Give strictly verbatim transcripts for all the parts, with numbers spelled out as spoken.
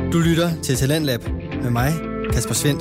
Du lytter til Talentlab med mig, Kasper Svendt.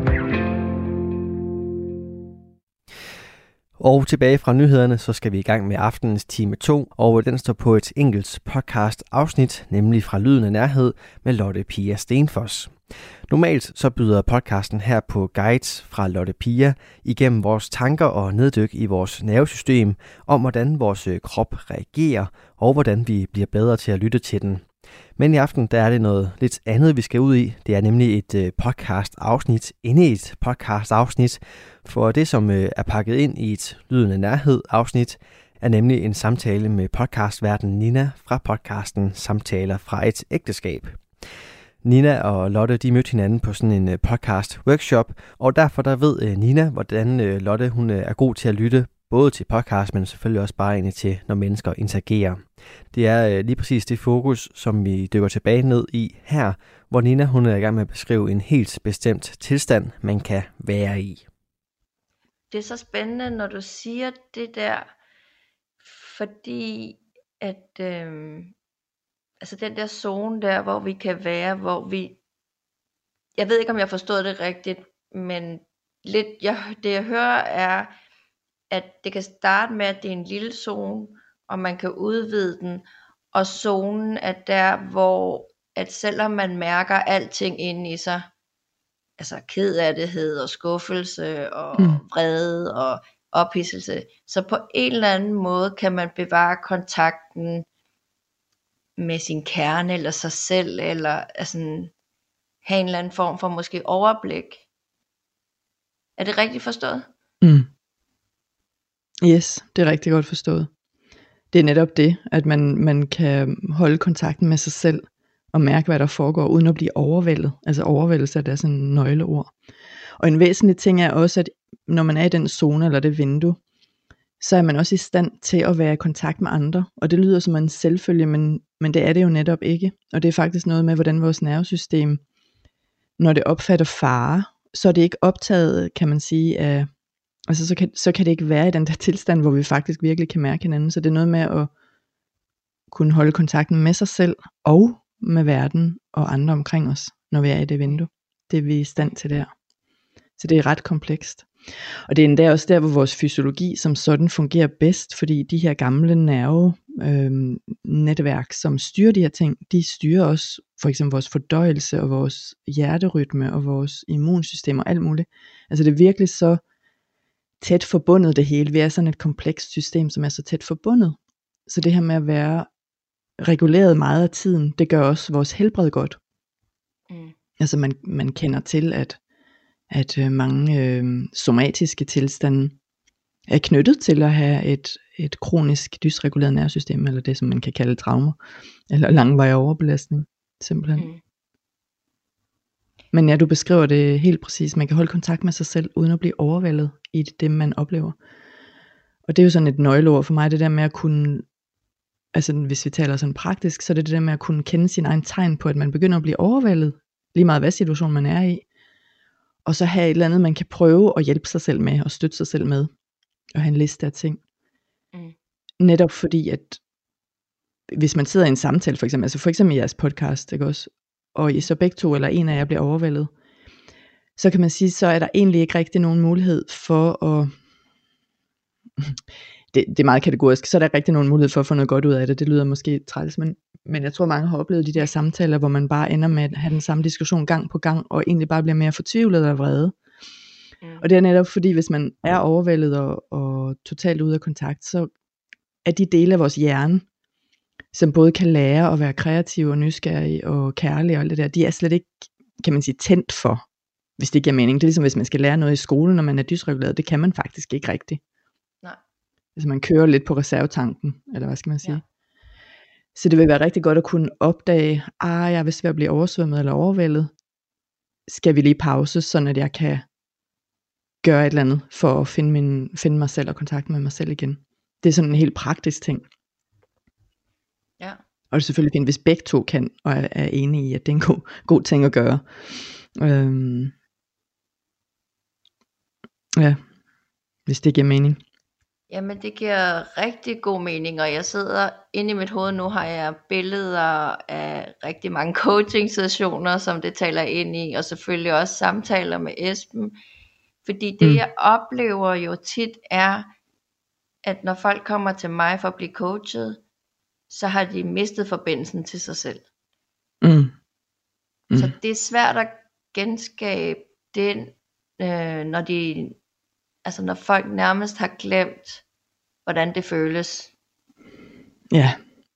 Og tilbage fra nyhederne, så skal vi i gang med aftenens time to, og den står på et enkelt podcast afsnit, nemlig fra Lyden af Nærhed med Lotte Pia Stenfoss. Normalt så byder podcasten her på guides fra Lotte Pia igennem vores tanker og neddyk i vores nervesystem om, hvordan vores krop reagerer og hvordan vi bliver bedre til at lytte til den. Men i aften der er det noget lidt andet, vi skal ud i. Det er nemlig et podcast afsnit inde i et podcast afsnit, for det som er pakket ind i et Lyden af Nærhed afsnit er nemlig en samtale med podcastværten Nina fra podcasten Samtaler fra et ægteskab. Nina og Lotte, de mødte hinanden på sådan en podcast workshop, og derfor der ved Nina, hvordan Lotte hun er god til at lytte, både til podcast, men selvfølgelig også bare egentlig til, når mennesker interagerer. Det er lige præcis det fokus, som vi dykker tilbage ned i her, hvor Nina hun er i gang med at beskrive en helt bestemt tilstand, man kan være i. Det er så spændende, når du siger det der, fordi at øh, altså den der zone der, hvor vi kan være, hvor vi, jeg ved ikke om jeg forstod det rigtigt, men lidt, jeg, det jeg hører er, at det kan starte med, at det er en lille zone, og man kan udvide den, og zonen er der, hvor at selvom man mærker alting inde i sig, altså kedsomhed og skuffelse og mm. vrede og ophidselse, så på en eller anden måde kan man bevare kontakten med sin kerne eller sig selv, eller altså, have en eller anden form for måske overblik. Er det rigtigt forstået? Mm. Yes, det er rigtig godt forstået. Det er netop det, at man, man kan holde kontakten med sig selv, og mærke, hvad der foregår, uden at blive overvældet. Altså overvældelse er der sådan en nøgleord. Og en væsentlig ting er også, at når man er i den zone eller det vindue, så er man også i stand til at være i kontakt med andre. Og det lyder som en selvfølge, men, men det er det jo netop ikke. Og det er faktisk noget med, hvordan vores nervesystem, når det opfatter fare, så er det ikke optaget, kan man sige, af, altså så kan, så kan det ikke være i den der tilstand, hvor vi faktisk virkelig kan mærke hinanden. Så det er noget med at kunne holde kontakten med sig selv, og med verden og andre omkring os, når vi er i det vindue. Det er vi i stand til der. Så det er ret komplekst. Og det er endda også der, hvor vores fysiologi som sådan fungerer bedst, fordi de her gamle nervenetværk, øh, som styrer de her ting, de styrer også for eksempel vores fordøjelse og vores hjerterytme og vores immunsystem og alt muligt. Altså det er virkelig så tæt forbundet det hele. Vi er sådan et komplekst system, som er så tæt forbundet. Så det her med at være reguleret meget af tiden, det gør også vores helbred godt. Mm. Altså man, man kender til, at, at mange øh, somatiske tilstande er knyttet til at have et, et kronisk dysreguleret nervesystem, eller det som man kan kalde traumer, eller langvarig overbelastning, simpelthen. Mm. Men ja, du beskriver det helt præcis. Man kan holde kontakt med sig selv, uden at blive overvældet i det, man oplever. Og det er jo sådan et nøgleord for mig, det der med at kunne, altså hvis vi taler sådan praktisk, så er det det der med at kunne kende sin egen tegn på, at man begynder at blive overvældet, lige meget hvad situation man er i, og så have et eller andet, man kan prøve at hjælpe sig selv med, og støtte sig selv med, og have en liste af ting. Mm. Netop fordi, at hvis man sidder i en samtale, for eksempel, altså for eksempel i jeres podcast, ikke også, og I så begge to, eller en af jer bliver overvældet, så kan man sige, så er der egentlig ikke rigtig nogen mulighed for at, det, det er meget kategorisk, så er der ikke rigtig nogen mulighed for at få noget godt ud af det. Det lyder måske træls, men, men jeg tror mange har oplevet de der samtaler, hvor man bare ender med at have den samme diskussion gang på gang, og egentlig bare bliver mere fortvivlet og vrede. Mm. Og det er netop fordi, hvis man er overvældet og, og totalt ude af kontakt, så er de dele af vores hjerne, som både kan lære at være kreative og nysgerrige og kærlige og alt det der, de er slet ikke, kan man sige, tændt for, hvis det giver mening. Det er ligesom hvis man skal lære noget i skolen, når man er dysreguleret, det kan man faktisk ikke rigtigt. Nej. Altså man kører lidt på reservetanken, eller hvad skal man sige. Ja. Så det vil være rigtig godt at kunne opdage, ah, jeg er vist ved at blive oversvømmet eller overvældet. Skal vi lige pause, sådan at jeg kan gøre et eller andet, for at finde, min, finde mig selv og kontakte med mig selv igen. Det er sådan en helt praktisk ting. Ja. Og det er selvfølgelig fint, hvis begge to kan, og er, er enige i, at det er en god, god ting at gøre. Øhm, ja, hvis det giver mening. Jamen det giver rigtig god mening, og jeg sidder inde i mit hoved nu, har jeg billeder af rigtig mange coaching sessioner, som det taler ind i, og selvfølgelig også samtaler med Esben. Fordi det Mm. jeg oplever jo tit er, at når folk kommer til mig for at blive coachet, så har de mistet forbindelsen til sig selv. Mm. Mm. Så det er svært at genskabe den, øh, når de, altså når folk nærmest har glemt, hvordan det føles. Ja.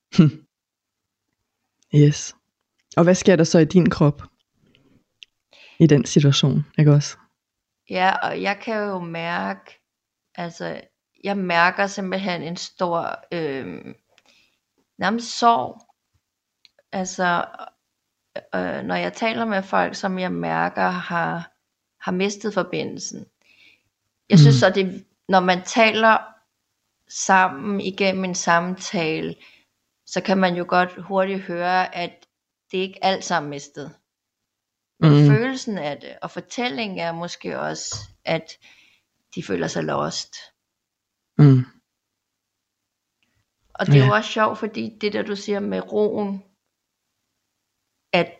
Yes. Og hvad sker der så i din krop? I den situation, ikke også? Ja, og jeg kan jo mærke, altså jeg mærker simpelthen en stor, øh, nærmest sorg. Altså, øh, når jeg taler med folk, som jeg mærker har, har mistet forbindelsen. Jeg synes Mm. så, det, når man taler sammen igennem en samtale, så kan man jo godt hurtigt høre, at det ikke alt sammen mistet. Men Mm. følelsen af det, og fortællingen er måske også, at de føler sig lost. Mm. Og det er Ja. jo også sjovt, fordi det der du siger med roen, at,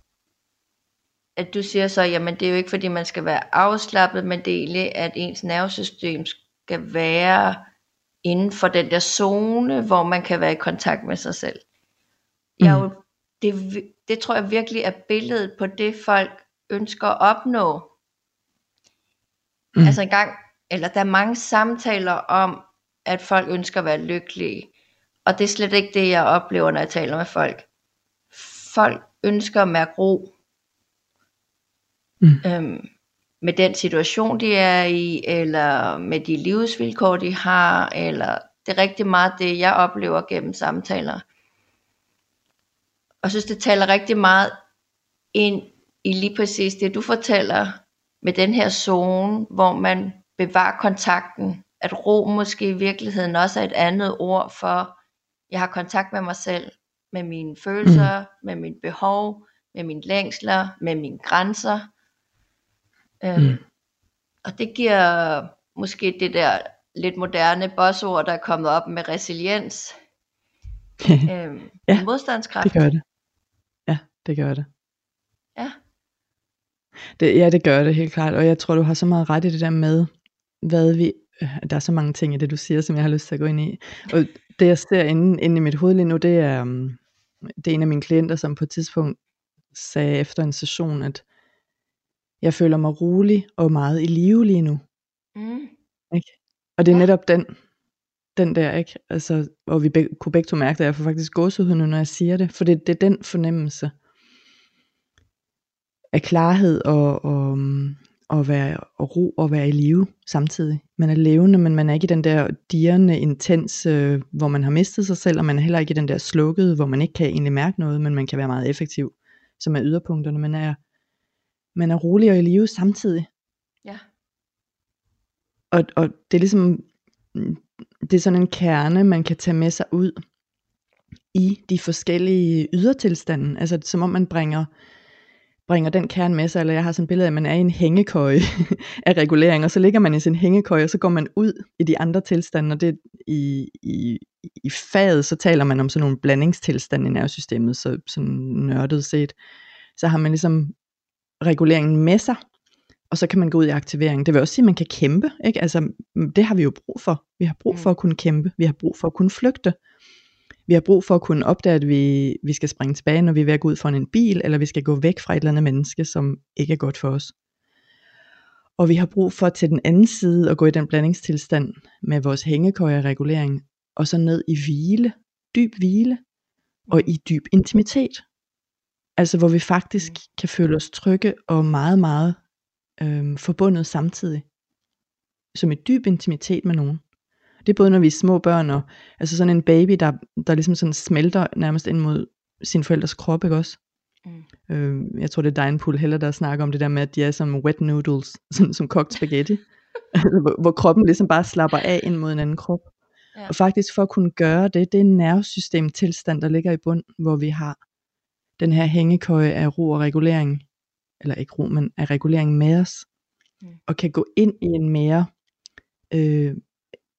at du siger så, jamen det er jo ikke fordi man skal være afslappet, men det er egentlig, at ens nervesystem skal være inden for den der zone, hvor man kan være i kontakt med sig selv. Jeg er Mm. jo, det, det tror jeg virkelig er billedet på det folk ønsker at opnå. Mm. Altså en gang, eller der er mange samtaler om, at folk ønsker at være lykkelige. Og det er slet ikke det, jeg oplever, når jeg taler med folk. Folk ønsker at mærke ro. Mm. Øhm, med den situation, de er i, eller med de livsvilkår, de har, eller det er rigtig meget det, jeg oplever gennem samtaler. Og jeg synes, det taler rigtig meget ind i lige præcis det, du fortæller, med den her zone, hvor man bevarer kontakten. At ro måske i virkeligheden også er et andet ord for, jeg har kontakt med mig selv, med mine følelser, mm. med mine behov, med mine længsler, med mine grænser. Øhm, Mm. og det giver måske det der lidt moderne buzzord, der er kommet op med resiliens. øhm, Ja, modstandskraft. det gør det. Ja, det gør det. Ja. det. Ja, det gør det helt klart. Og jeg tror, du har så meget ret i det der med, hvad vi... Der er så mange ting i det, du siger, som jeg har lyst til at gå ind i. Og det, jeg ser inde, inde i mit hoved lige nu, det er, um, det er en af mine klienter, som på et tidspunkt sagde efter en session, at jeg føler mig rolig og meget i live lige nu. Mm. Ikke? Og det er Ja. netop den, den der, ikke? Altså, og vi be- kunne begge to mærke det, jeg får faktisk gåsehud nu, når jeg siger det, for det, det er den fornemmelse af klarhed og, og, og, være, og ro og være i live samtidig. Man er levende, men man er ikke i den der dirrende, intens, øh, hvor man har mistet sig selv, og man er heller ikke i den der slukkede, hvor man ikke kan egentlig mærke noget, men man kan være meget effektiv, som er yderpunkterne. Man er, man er rolig og i live samtidig. Ja. Og, og det er ligesom, det er sådan en kerne, man kan tage med sig ud i de forskellige ydertilstande. Altså som om man bringer, bringer den kerne med sig, eller jeg har sådan et billede af, at man er i en hængekøje af regulering, og så ligger man i sin hængekøje, og så går man ud i de andre tilstande, og det i, i, i faget, så taler man om sådan nogle blandingstilstande i nervesystemet, så sådan nørdet set, så har man ligesom reguleringen med sig, og så kan man gå ud i aktivering. Det vil også sige, at man kan kæmpe, ikke? Altså, det har vi jo brug for. Vi har brug for at kunne kæmpe. Vi har brug for at kunne flygte. Vi har brug for at kunne opdage, at vi, vi skal springe tilbage, når vi er ved at gå ud foran en bil, eller vi skal gå væk fra et eller andet menneske, som ikke er godt for os. Og vi har brug for til den anden side at gå i den blandingstilstand med vores hængekøje-regulering, og så ned i hvile, dyb hvile, og i dyb intimitet. Altså hvor vi faktisk kan føle os trygge og meget, meget øhm, forbundet samtidig. Som i dyb intimitet med nogen. Det er både når vi er små børn, og altså sådan en baby, der, der ligesom sådan smelter nærmest ind mod sin forældres krop, ikke også? Mm. Øh, jeg tror det er Diane Heller, der snakker om det der med, at de er som wet noodles, sådan som kogt spaghetti. hvor, hvor kroppen ligesom bare slapper af ind mod en anden krop. Ja. Og faktisk for at kunne gøre det, det er en nervesystemtilstand, der ligger i bund, hvor vi har den her hængekøje af ro og regulering, eller ikke ro, men af regulering med os, mm. og kan gå ind i en mere øh,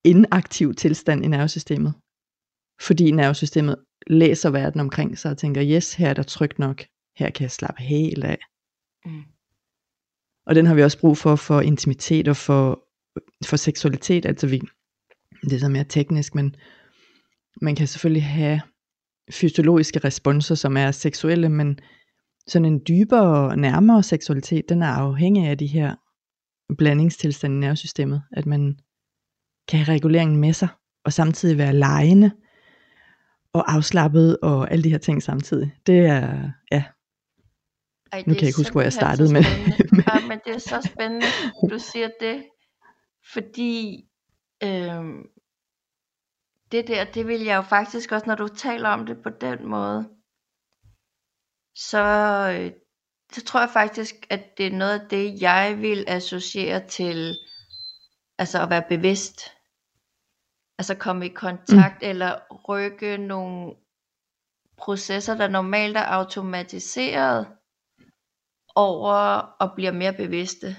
inaktiv tilstand i nervesystemet. Fordi nervesystemet læser verden omkring sig og tænker, yes, her er der trygt nok, her kan jeg slappe helt af. Mm. Og den har vi også brug for for intimitet og for, for seksualitet, altså vi, det er så mere teknisk, men man kan selvfølgelig have fysiologiske responser, som er seksuelle, men sådan en dybere og nærmere seksualitet, den er afhængig af de her blandingstilstande i nervesystemet, at man kan have reguleringen med sig, og samtidig være legende, og afslappet, og alle de her ting samtidig. Det er, ja. Ej, Nu kan jeg ikke huske, hvor jeg startede med. med. Ja, men det er så spændende, du siger det, fordi øhm, det der, det vil jeg jo faktisk også, når du taler om det på den måde, så, øh, så tror jeg faktisk, at det er noget af det, jeg vil associere til, altså at være bevidst. Altså komme i kontakt, mm. eller rykke nogle processer, der normalt er automatiseret, over og bliver mere bevidste.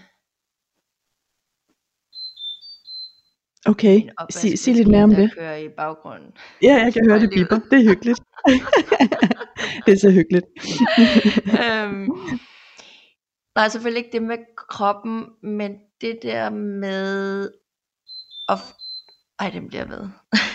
Okay, sig, sig lidt mere om det. Kører i baggrunden. Ja, jeg kan høre det bipper. Det er hyggeligt. Det er så hyggeligt. øhm, nej, selvfølgelig ikke det med kroppen, men det der med at... Ej, den bliver ved.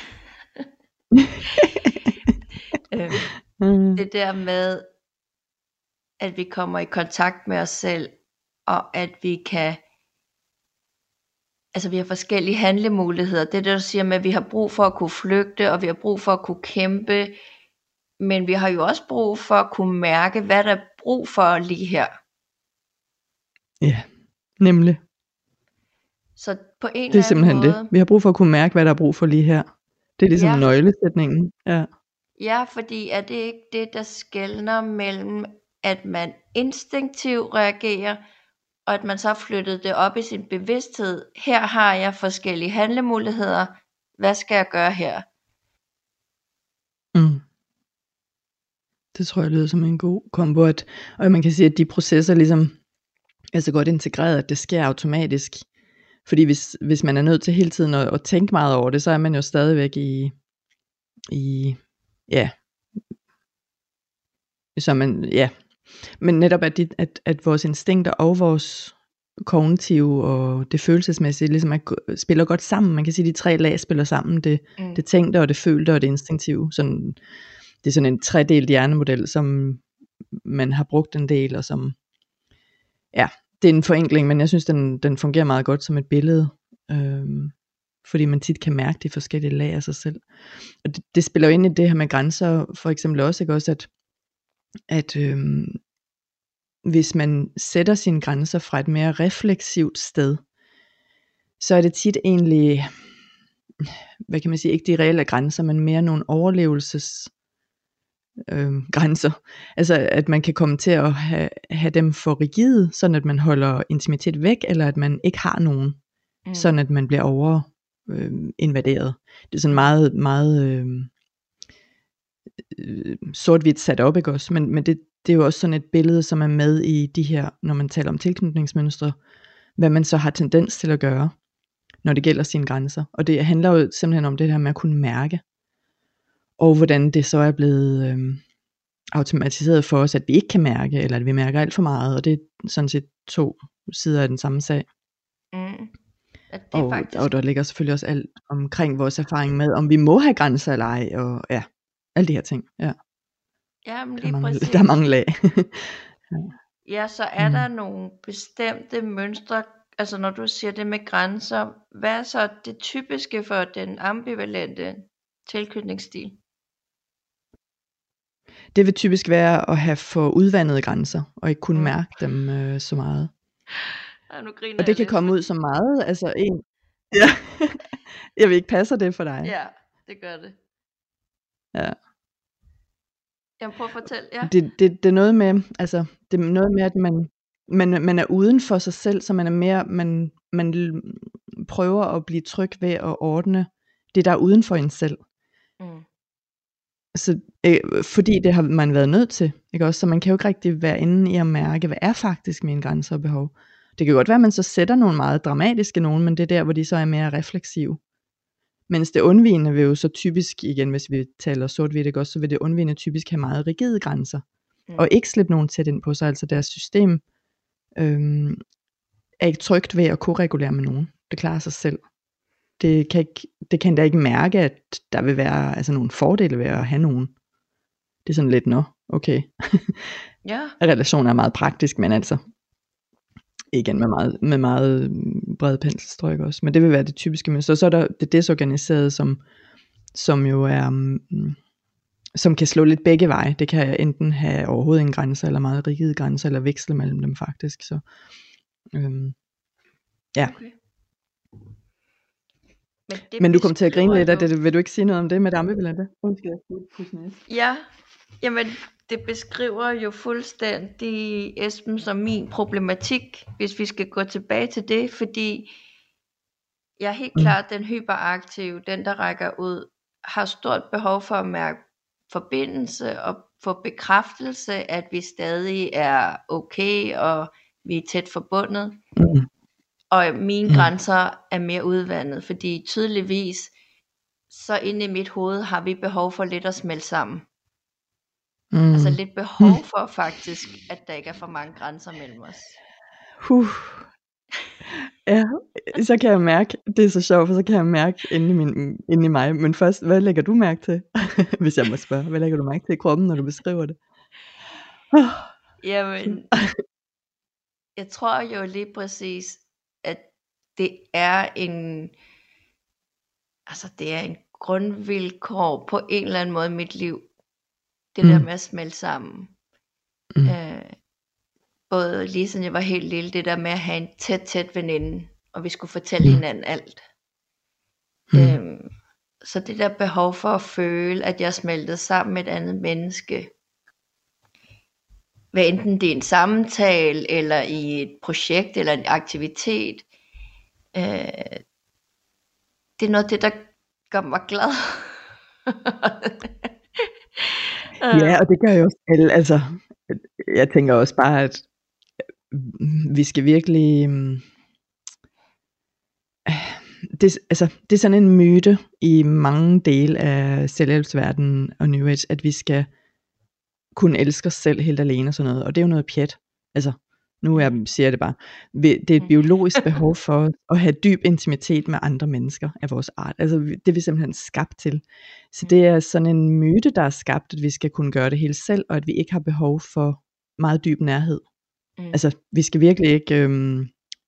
øhm, mm. Det der med, at vi kommer i kontakt med os selv, og at vi kan, altså vi har forskellige handlemuligheder. Det er det, du siger med, at vi har brug for at kunne flygte, og vi har brug for at kunne kæmpe, men vi har jo også brug for at kunne mærke, hvad der er brug for lige her. Ja, nemlig. Så på en det er eller anden simpelthen måde, det. Vi har brug for at kunne mærke, hvad der er brug for lige her. Det er ligesom Ja. nøglesætningen. Ja. Ja, fordi er det ikke det, der skelner mellem, at man instinktivt reagerer, og at man så flyttede det op i sin bevidsthed. Her har jeg forskellige handlemuligheder. Hvad skal jeg gøre her? Mm. Det tror jeg lyder som en god kombo. At, og man kan sige, at de processer ligesom er så godt integreret, at det sker automatisk. Fordi hvis, hvis man er nødt til hele tiden at, at tænke meget over det, så er man jo stadigvæk i, i ja, så man, ja, men netop at, de, at, at vores instinkter og vores kognitive og det følelsesmæssige ligesom er, spiller godt sammen. Man kan sige, at de tre lag spiller sammen. Det, mm. det tænkte og det følte og det instinktive. Sådan, det er sådan en tredelt hjernemodel, som man har brugt en del, og som, ja, det er en forenkling, men jeg synes, den, den fungerer meget godt som et billede. Øhm, fordi man tit kan mærke de forskellige lag af sig selv. Og det, det spiller jo ind i det her med grænser, for eksempel også, ikke også, at, at øhm, hvis man sætter sine grænser fra et mere refleksivt sted, så er det tit egentlig, hvad kan man sige, ikke de reelle grænser, men mere nogle overlevelses øh, grænser. Altså at man kan komme til at have, have dem for rigide, sådan at man holder intimitet væk, eller at man ikke har nogen, mm. sådan at man bliver over øh, invaderet. Det er sådan meget, meget øh, øh, sort-hvidt sat op, ikke også? Men, men det, det er jo også sådan et billede, som er med i de her, når man taler om tilknytningsmønstre, hvad man så har tendens til at gøre, når det gælder sine grænser. Og det handler jo simpelthen om det her med at kunne mærke, og hvordan det så er blevet øh, automatiseret for os, at vi ikke kan mærke, eller at vi mærker alt for meget, og det er sådan set to sider af den samme sag. Mm. At det og, faktisk... og der ligger selvfølgelig også alt omkring vores erfaring med, om vi må have grænser eller ej, og ja, alle de her ting. Ja, ja, men der, lige er mange, præcis. der er mange lag. ja. ja, så er Mm. der nogle bestemte mønstre, altså når du siger det med grænser, hvad er så det typiske for den ambivalente tilknytningsstil? Det vil typisk være at have for udvandede grænser, og ikke kunne Mm. mærke dem øh, så meget. Ja, nu griner Og det jeg kan lidt, komme fordi- ud som meget, altså en... Ja. Jeg ved ikke, passer det for dig? Ja, det gør det. Ja. Jamen prøv at fortælle, ja. Det, det, det er noget med, altså, det er noget med, at man, man, man er uden for sig selv, så man er mere, man, man l- prøver at blive tryg ved at ordne det, der er uden for en selv. Mm. Så, øh, fordi det har man været nødt til, ikke også? Så man kan jo ikke rigtig være inde i at mærke, hvad er faktisk mine grænser og behov. Det kan godt være, at man så sætter nogle meget dramatiske nogen, men det er der, hvor de så er mere refleksive. Mens det undvigende vil jo så typisk, igen hvis vi taler sort-hvidt, ikke også, så vil det undvigende typisk have meget rigide grænser, mm. og ikke slippe nogen tæt ind på sig, altså deres system øhm, er ikke trygt ved at koregulere med nogen. Det klarer sig selv. Det kan, ikke, det kan da ikke mærke, at der vil være altså, nogle fordele ved at have nogen. Det er sådan lidt, nå, okay. Ja. Relationer er meget praktisk, men altså, igen med meget, med meget bred penselstrøg også. Men det vil være det typiske mønster. Så er der det desorganiserede, som, som jo er, um, som kan slå lidt begge veje. Det kan enten have overhovedet ingen grænser, eller meget rigide grænser, eller veksle mellem dem faktisk. Så, øhm, ja. Okay. Men, Men du kom til at grine lidt af det. Vil du ikke sige noget om det med det ambivalente? Ja, jamen det beskriver jo fuldstændig Esben som min problematik, hvis vi skal gå tilbage til det, fordi jeg er helt klart den hyperaktive, den der rækker ud, har stort behov for at mærke forbindelse og få bekræftelse, at vi stadig er okay, og vi er tæt forbundet. Mm. Og mine mm. grænser er mere udvandet, fordi tydeligvis, så inde i mit hoved har vi behov for lidt at smelte sammen. Mm. Altså lidt behov for faktisk, at der ikke er for mange grænser mellem os. Uh. Ja, så kan jeg mærke, det er så sjovt, for så kan jeg mærke inde i, min, inde i mig. Men først, hvad lægger du mærke til? Hvis jeg må spørge, hvad lægger du mærke til i kroppen, når du beskriver det? Jamen, jeg tror jo lige præcis, at det er en, altså det er en grundvilkår på en eller anden måde i mit liv. Det mm. der med at smelte sammen. Mm. Øh, både lige siden jeg var helt lille, det der med at have en tæt, tæt veninde, og vi skulle fortælle mm. hinanden alt. Mm. Øhm, så det der behov for at føle, at jeg smeltede sammen med et andet menneske, hvad enten det er en samtale, eller i et projekt, eller en aktivitet, øh, det er noget af det, der gør mig glad. Ja, og det gør jo også alle, altså, jeg tænker også bare, at vi skal virkelig, det, altså, det er sådan en myte i mange dele af selvhjælpsverdenen og New Age, at vi skal kunne elske os selv helt alene og sådan noget, og det er jo noget pjat, altså, nu jeg siger jeg det bare, det er et biologisk behov for at have dyb intimitet med andre mennesker af vores art, altså det er vi simpelthen skabt til, så det er sådan en myte, der er skabt, at vi skal kunne gøre det hele selv, og at vi ikke har behov for meget dyb nærhed, mm. altså vi skal virkelig ikke, øhm,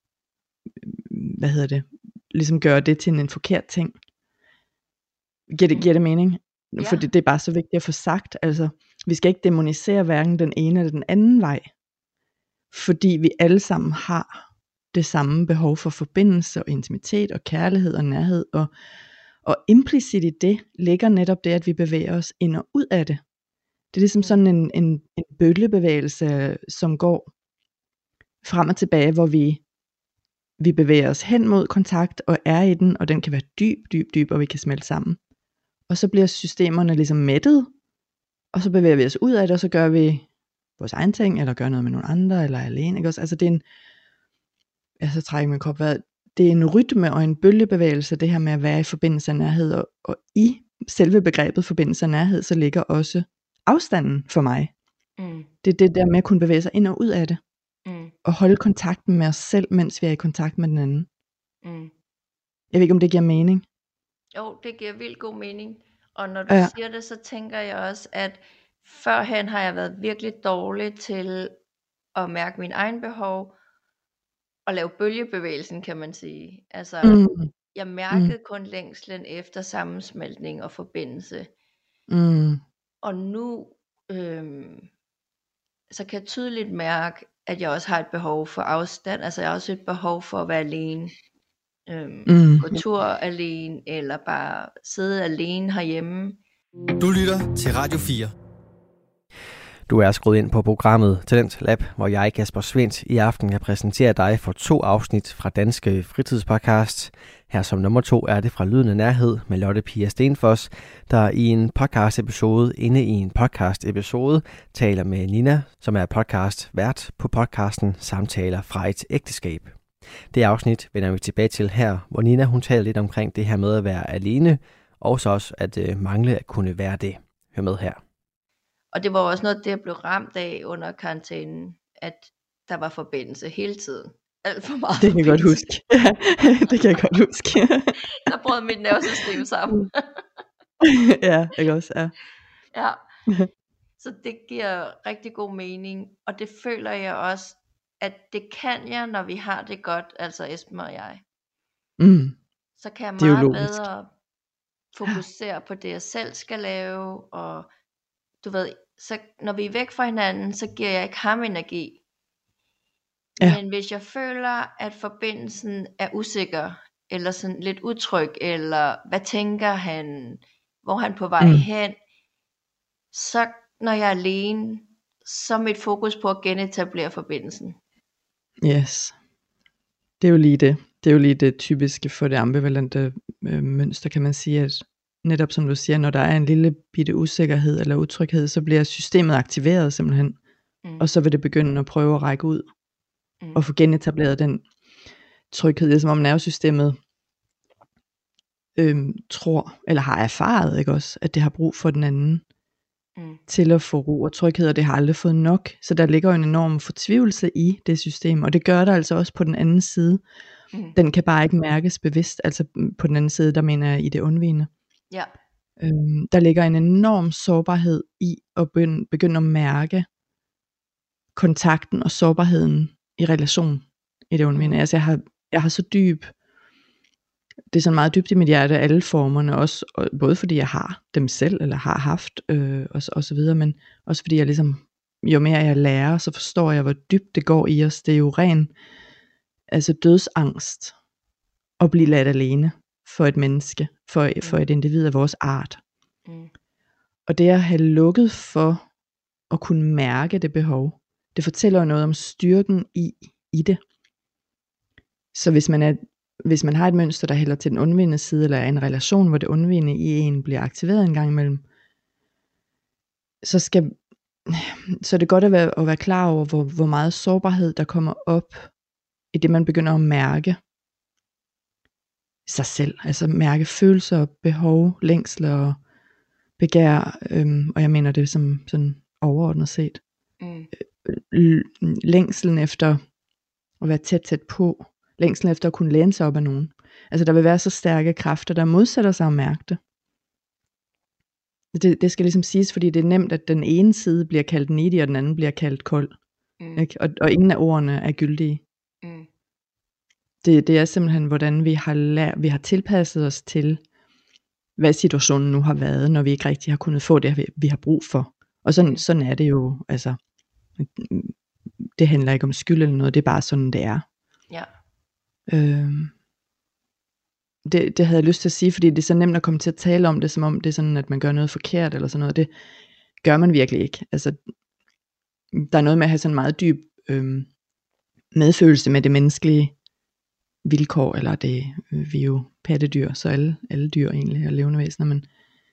hvad hedder det, ligesom gøre det til en, en forkert ting, giver det, giver det mening? Ja. For det, det er bare så vigtigt at få sagt, altså vi skal ikke dæmonisere hverken den ene eller den anden vej, fordi vi alle sammen har det samme behov for forbindelse og intimitet og kærlighed og nærhed, og, og implicit i det ligger netop det, at vi bevæger os ind og ud af det. Det er ligesom sådan en, en, en bølgebevægelse, som går frem og tilbage, hvor vi, vi bevæger os hen mod kontakt og er i den, og den kan være dyb, dyb, dyb, og vi kan smelte sammen. Og så bliver systemerne ligesom mættet, og så bevæger vi os ud af det, og så gør vi vores egen ting, eller gør noget med nogle andre, eller alene, ikke også? Altså det er en, jeg så trækker min krop vejret, det er en rytme og en bølgebevægelse, det her med at være i forbindelse af nærhed, og, og i selve begrebet forbindelse af nærhed, så ligger også afstanden for mig. Mm. Det er det der med at kunne bevæge sig ind og ud af det, mm. og holde kontakten med os selv, mens vi er i kontakt med den anden. Mm. Jeg ved ikke, om det giver mening. Jo, det giver vildt god mening, og når du ja. siger det, så tænker jeg også, at førhen har jeg været virkelig dårlig til at mærke min egen behov og lave bølgebevægelsen, kan man sige. Altså, mm. jeg mærkede mm. kun længslen efter sammensmeltning og forbindelse. Mm. Og nu øhm, så kan jeg tydeligt mærke, at jeg også har et behov for afstand. Altså jeg har også et behov for at være alene. Øhm, mm. Gå tur alene, eller bare sidde alene herhjemme. Du lytter til Radio fire. Du er skruet ind på programmet Talent Lab, hvor jeg, Kasper Svendt, i aften kan præsentere dig for to afsnit fra Danske Fritidspodcast. Her som nummer to er det fra Lyden af Nærhed med Lotte Pia Stenfoss, der i en podcast episode inde i en podcast episode taler med Nina, som er podcast vært på podcasten Samtaler fra et ægteskab. Det afsnit vender vi tilbage til her, hvor Nina hun taler lidt omkring det her med at være alene, og så også at øh, mangle at kunne være det. Hør med her. Og det var også noget, det jeg blev ramt af under karantænen, at der var forbindelse hele tiden. Alt for meget. Det kan jeg godt huske. Det kan jeg godt huske. Der brød mit nervesystem sammen. Ja, ikke også? Ja. Ja. Så det giver rigtig god mening, og det føler jeg også, at det kan jeg, når vi har det godt, altså Esben og jeg. Mm. Så kan jeg Det er jo meget logisk. bedre fokusere på det, jeg selv skal lave, og du ved, så når vi er væk fra hinanden, så giver jeg ikke ham energi. Ja. Men hvis jeg føler, at forbindelsen er usikker, eller sådan lidt utryg, eller hvad tænker han, hvor er han på vej Mm. hen, så når jeg er alene, så er mit fokus på at genetablere forbindelsen. Yes. Det er jo lige det. Det er jo lige det typiske for det ambivalente øh, mønster, kan man sige, at netop som du siger, når der er en lille bitte usikkerhed eller utryghed, så bliver systemet aktiveret simpelthen, Mm. og så vil det begynde at prøve at række ud, Mm. og få genetableret den tryghed. Det er som om nervesystemet øhm, tror, eller har erfaret, ikke også, at det har brug for den anden, Mm. til at få ro og tryghed, og det har aldrig fået nok. Så der ligger jo en enorm fortvivlelse i det system, og det gør der altså også på den anden side. Mm. Den kan bare ikke mærkes bevidst, altså på den anden side, der mener jeg i det undvigende. Ja. Øhm, der ligger en enorm sårbarhed i at begynde, begynde at mærke kontakten og sårbarheden i relation i det undvigende. Altså jeg har, jeg har så dyb, det er sådan meget dybt i mit hjerte, alle formerne, også, og både fordi jeg har dem selv, eller har haft, øh, og, og så videre, men også fordi jeg ligesom, jo mere jeg lærer, så forstår jeg, hvor dybt det går i os. Det er jo ren, altså dødsangst, at blive ladt alene for et menneske, for, for et individ af vores art. Mm. Og det at have lukket for at kunne mærke det behov, det fortæller jo noget om styrken i, i det. Så hvis man, er, hvis man har et mønster, der hælder til den undvigende side, eller er en relation, hvor det undvigende i en bliver aktiveret en gang imellem, så, skal, så er det godt at være, at være klar over, hvor, hvor meget sårbarhed der kommer op, i det man begynder at mærke sig selv. Altså mærke følelser, behov, længsler og begær, øhm, og jeg mener det som sådan overordnet set. Mm. L- længslen efter at være tæt tæt på, længslen efter at kunne læne sig op af nogen. Altså der vil være så stærke kræfter, der modsætter sig at mærke det. det. Det skal ligesom siges, fordi det er nemt, at den ene side bliver kaldt needy, og den anden bliver kaldt kold. Mm. Ikke? Og, og ingen af ordene er gyldige. Mm. Det, det er simpelthen, hvordan vi har, lært, vi har tilpasset os til, hvad situationen nu har været, når vi ikke rigtig har kunnet få det, vi, vi har brug for. Og sådan, sådan er det jo, altså, det handler ikke om skyld eller noget, det er bare sådan, det er. Ja. Øhm, det, det havde jeg lyst til at sige, fordi det er så nemt at komme til at tale om det, som om det er sådan, at man gør noget forkert, eller sådan noget. Det gør man virkelig ikke. Altså, der er noget med at have sådan en meget dyb øhm, medfølelse med det menneskelige vilkår, eller det, vi er jo pattedyr, så alle, alle dyr egentlig er levende væsener, men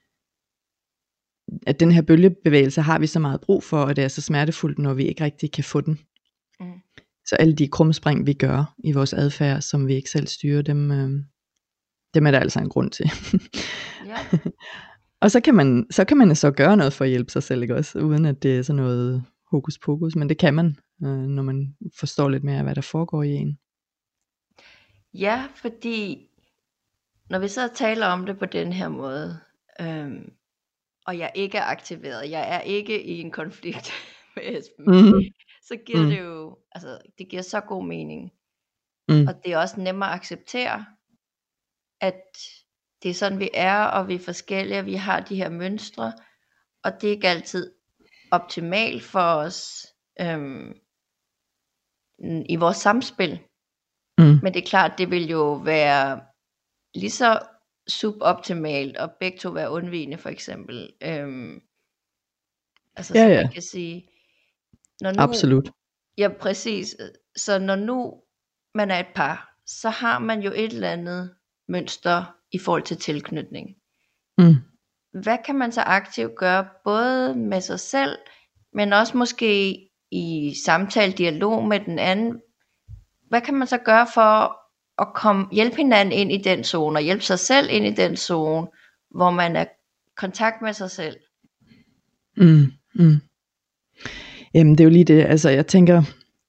at den her bølgebevægelse har vi så meget brug for, og det er så smertefuldt, når vi ikke rigtig kan få den. Mm. Så alle de krumspring, vi gør i vores adfærd, som vi ikke selv styrer, dem, øh, dem er der altså en grund til. Ja. Og så kan, man, så kan man så gøre noget for at hjælpe sig selv, ikke også? Uden at det er sådan noget hokus pokus, men det kan man, øh, når man forstår lidt mere, hvad der foregår i en. Ja, fordi når vi så taler om det på den her måde, øhm, og jeg ikke er aktiveret, jeg er ikke i en konflikt med Esben, Mm-hmm. så giver Mm. det jo, altså det giver så god mening. Mm. Og det er også nemmere at acceptere, at det er sådan vi er, og vi er forskellige, og vi har de her mønstre, og det er ikke altid optimalt for os øhm, i vores samspil. Mm. Men det er klart, det vil jo være lige så suboptimalt, og begge to være undvigende for eksempel. Øhm, altså Ja, så ja. man kan sige, når nu, Absolut. ja præcis, så når nu man er et par, så har man jo et eller andet mønster i forhold til tilknytning. Mm. Hvad kan man så aktivt gøre, både med sig selv, men også måske i samtale, dialog med den anden? hvad kan man så gøre for at komme, hjælpe hinanden ind i den zone, og hjælpe sig selv ind i den zone, hvor man er i kontakt med sig selv? Mm, mm. Jamen det er jo lige det, altså jeg tænker,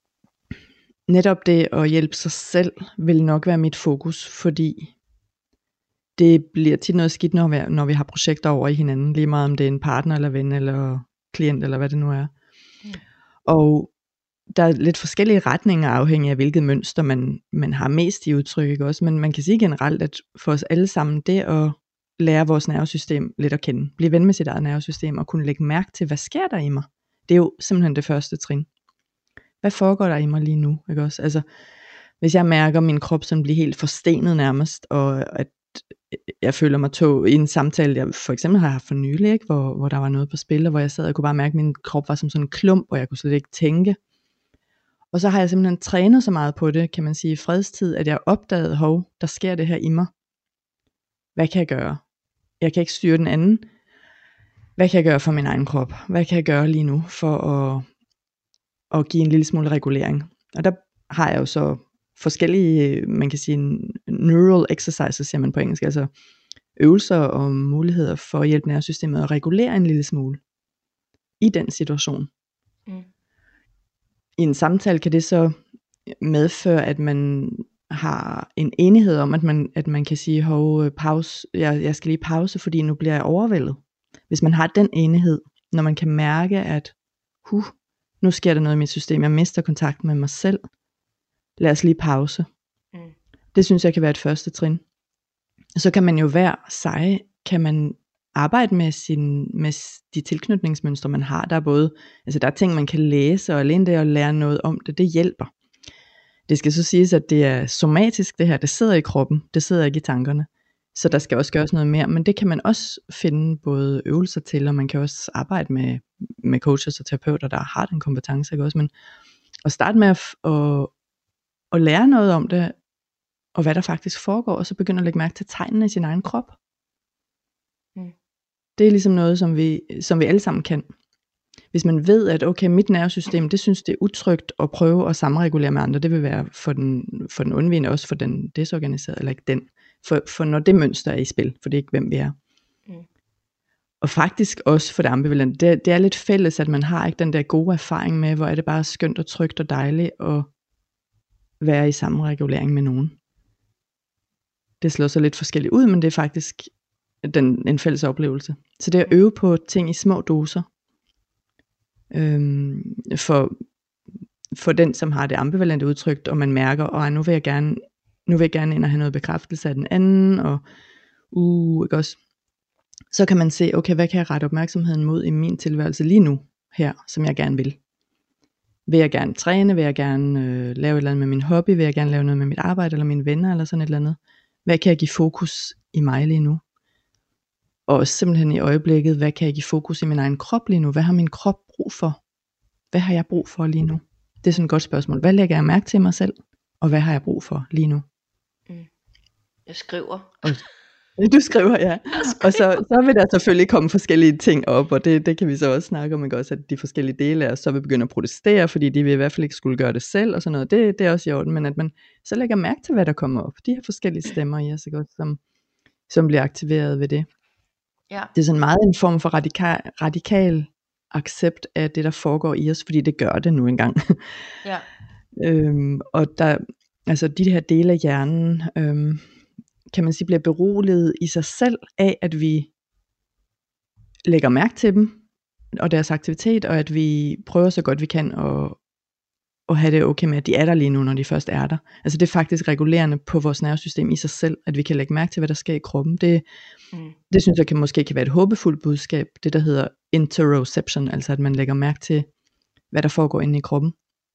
netop det at hjælpe sig selv, vil nok være mit fokus, fordi det bliver tit noget skidt, når vi, når vi har projekter over i hinanden, lige meget om det er en partner, eller ven, eller klient, eller hvad det nu er. Mm. Og der er lidt forskellige retninger, afhængig af hvilket mønster man, man har mest i udtryk, ikke også? Men man kan sige generelt, at for os alle sammen, det at lære vores nervesystem lidt at kende, blive ven med sit eget nervesystem, og kunne lægge mærke til, hvad sker der i mig? Det er jo simpelthen det første trin. Hvad foregår der i mig lige nu? Ikke også? Altså, hvis jeg mærker min krop sådan blive helt forstenet nærmest, og at jeg føler mig tog i en samtale, jeg for eksempel har haft for nylig, ikke? Hvor, hvor der var noget på spil, og hvor jeg sad og kunne bare mærke, at min krop var som sådan en klump, og jeg kunne slet ikke tænke. Og så har jeg simpelthen trænet så meget på det, kan man sige, i fredstid, at jeg opdagede, hov, der sker det her i mig. Hvad kan jeg gøre? Jeg kan ikke styre den anden. Hvad kan jeg gøre for min egen krop? Hvad kan jeg gøre lige nu for at, at give en lille smule regulering? Og der har jeg jo så forskellige, man kan sige, neural exercises, siger man på engelsk, altså øvelser og muligheder for at hjælpe nervesystemet at regulere en lille smule i den situation. Mm. I en samtale kan det så medføre, at man har en enighed om, at man, at man kan sige, hov, pause, jeg, jeg skal lige pause, fordi nu bliver jeg overvældet. Hvis man har den enighed, når man kan mærke, at huh, nu sker der noget i mit system, jeg mister kontakt med mig selv, lad os lige pause. Mm. Det synes jeg kan være et første trin. Så kan man jo hver sig, kan man arbejde med, sin, med de tilknytningsmønstre man har. Der er både, altså der er ting man kan læse, og alene det at lære noget om det, det hjælper. Det skal så siges, at det er somatisk det her, det sidder i kroppen, det sidder ikke i tankerne. Så der skal også gøres noget mere, men det kan man også finde både øvelser til, og man kan også arbejde med, med coaches og terapeuter, der har den kompetence, ikke også? Men at starte med at, at, at lære noget om det, og hvad der faktisk foregår, og så begynde at lægge mærke til tegnene i sin egen krop. Mm. Det er ligesom noget, som vi, som vi alle sammen kan. Hvis man ved, at okay, mit nervesystem, det synes det er utrygt at prøve at samregulere med andre, det vil være for den, for den undvigende, også for den desorganiserede, eller ikke den, for, for når det mønster er i spil, for det er ikke hvem vi er. Mm. Og faktisk også for det ambivalente, det, det er lidt fælles, at man har ikke den der gode erfaring med, hvor er det bare skønt og trygt og dejligt at være i samregulering med nogen. Det slår så lidt forskelligt ud, men det er faktisk den, en fælles oplevelse. Så det at øve på ting i små doser, øhm, for, for den som har det ambivalente udtryk, og man mærker, og nu vil jeg gerne, nu vil jeg gerne ind og have noget bekræftelse af den anden, og uh, ikke også? Så kan man se, okay, hvad kan jeg rette opmærksomheden mod i min tilværelse lige nu, her, som jeg gerne vil. Vil jeg gerne træne, vil jeg gerne øh, lave et eller andet med min hobby, vil jeg gerne lave noget med mit arbejde, eller mine venner, eller sådan et eller andet. Hvad kan jeg give fokus i mig lige nu? Og også simpelthen i øjeblikket, hvad kan jeg give fokus i min egen krop lige nu? Hvad har min krop brug for? Hvad har jeg brug for lige nu? Det er sådan et godt spørgsmål. Hvad lægger jeg mærke til mig selv? Og hvad har jeg brug for lige nu? Mm. Jeg skriver. Og, du skriver, ja. Skriver. Og så, så vil der selvfølgelig komme forskellige ting op, og det, det kan vi så også snakke om, ikke? Også at de forskellige dele af os så vil begynde at protestere, fordi de vil i hvert fald ikke skulle gøre det selv, og sådan noget. Det, det er også i orden, men at man så lægger mærke til, hvad der kommer op. De her forskellige stemmer i os, ikke? Som, som bliver aktiveret ved det. Ja. Det er sådan meget en form for radikal, radikal accept af det, der foregår i os, fordi det gør det nu engang. Ja. øhm, og der, altså de her dele af hjernen, øhm, kan man sige, bliver beroliget i sig selv af, at vi lægger mærke til dem, og deres aktivitet, og at vi prøver så godt vi kan at, at have det okay med, at de er der lige nu, når de først er der. Altså det er faktisk regulerende på vores nervesystem i sig selv, at vi kan lægge mærke til, hvad der sker i kroppen. Det, mm. det synes jeg kan, måske kan være et håbefuldt budskab, det der hedder interoception, altså at man lægger mærke til, hvad der foregår inde i kroppen.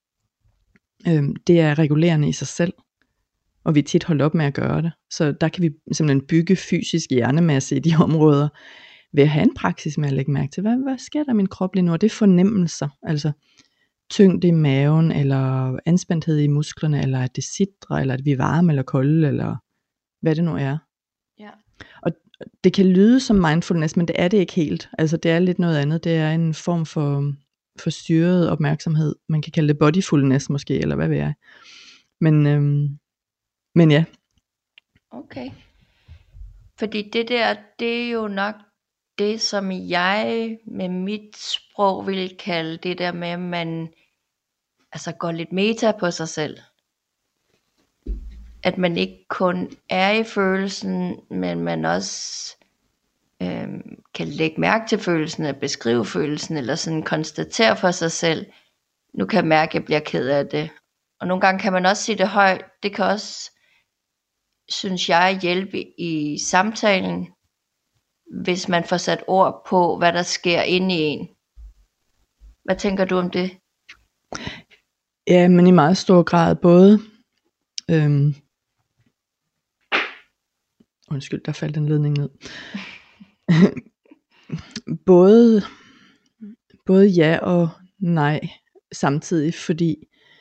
Øhm, det er regulerende i sig selv, og vi er tit holdt op med at gøre det. Så der kan vi simpelthen bygge fysisk hjernemasse i de områder, ved at have en praksis med at lægge mærke til, hvad, hvad sker der i min krop lige nu, og det er fornemmelser, altså tyngde i maven, eller anspændthed i musklerne, eller at det sidrer, eller at vi er varme eller kolde, eller hvad det nu er. Ja. Og det kan lyde som mindfulness, men det er det ikke helt. Altså det er lidt noget andet. Det er en form for, for styret opmærksomhed. Man kan kalde det bodyfulness måske, eller hvad ved jeg. Men, øhm, men ja. Okay. Fordi det der, det er jo nok det, som jeg med mit sprog vil kalde det der med, at man altså går lidt meta på sig selv. At man ikke kun er i følelsen, men man også øhm, kan lægge mærke til følelsen, at beskrive følelsen, eller sådan konstatere for sig selv, nu kan jeg mærke, at jeg bliver ked af det. Og nogle gange kan man også sige det højt. Det kan også, synes jeg, hjælpe i samtalen, hvis man får sat ord på, hvad der sker inde i en. Hvad tænker du om det? Ja, men i meget stor grad både øhm, undskyld, der faldt en ledning ned. både både ja og nej samtidig, fordi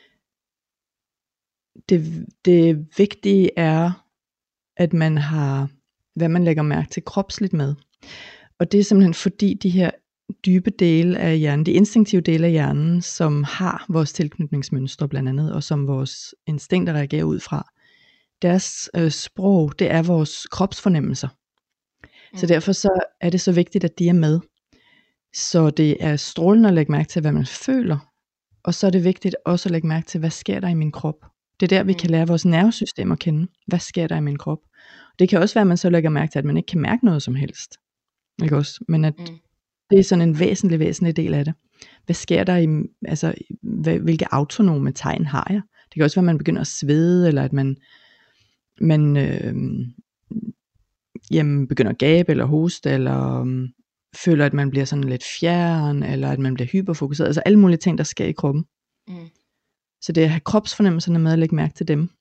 det, det vigtige er, at man har, hvad man lægger mærke til kropsligt med. Og det er simpelthen fordi de her dybe dele af hjernen, de instinktive dele af hjernen, som har vores tilknytningsmønstre blandt andet, og som vores instinkter reagerer ud fra, deres øh, sprog, det er vores kropsfornemmelser. Mm. Så derfor så er det så vigtigt, at de er med. Så det er strålende at lægge mærke til, hvad man føler, og så er det vigtigt også at lægge mærke til, hvad sker der i min krop. Det er der, vi mm. kan lære vores nervesystem at kende. Hvad sker der i min krop? Det kan også være, at man så lægger mærke til, at man ikke kan mærke noget som helst. Ikke også? Men at mm. det er sådan en væsentlig, væsentlig del af det. Hvad sker der i, altså, hvilke autonome tegn har jeg? Det kan også være, at man begynder at svede, eller at man, man øh, jamen, begynder at gabe, eller hoste, eller øh, føler, at man bliver sådan lidt fjern, eller at man bliver hyperfokuseret. Altså alle mulige ting, der sker i kroppen. Mm. Så det at have kropsfornemmelserne med at lægge mærke til dem,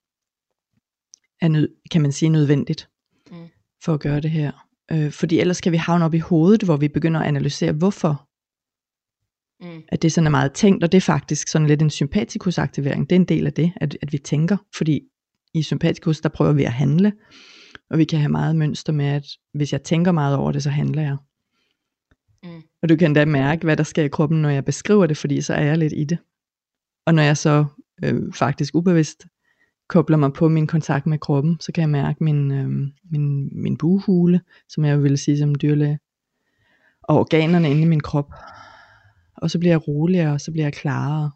er nød, kan man sige nødvendigt, mm. for at gøre det her. Øh, fordi ellers kan vi havne op i hovedet, hvor vi begynder at analysere, hvorfor. Mm. At det sådan er meget tænkt, og det er faktisk sådan lidt en sympatikusaktivering. Det er en del af det, at, at vi tænker. Fordi i sympatikus, der prøver vi at handle, og vi kan have meget mønster med, at hvis jeg tænker meget over det, så handler jeg. Mm. Og du kan da mærke, hvad der sker i kroppen, når jeg beskriver det, fordi så er jeg lidt i det. Og når jeg så øh, faktisk ubevidst kobler mig på min kontakt med kroppen, så kan jeg mærke min, øh, min, min bughule, som jeg vil sige som dyrlæge, og organerne inde i min krop. Og så bliver jeg roligere, og så bliver jeg klarere.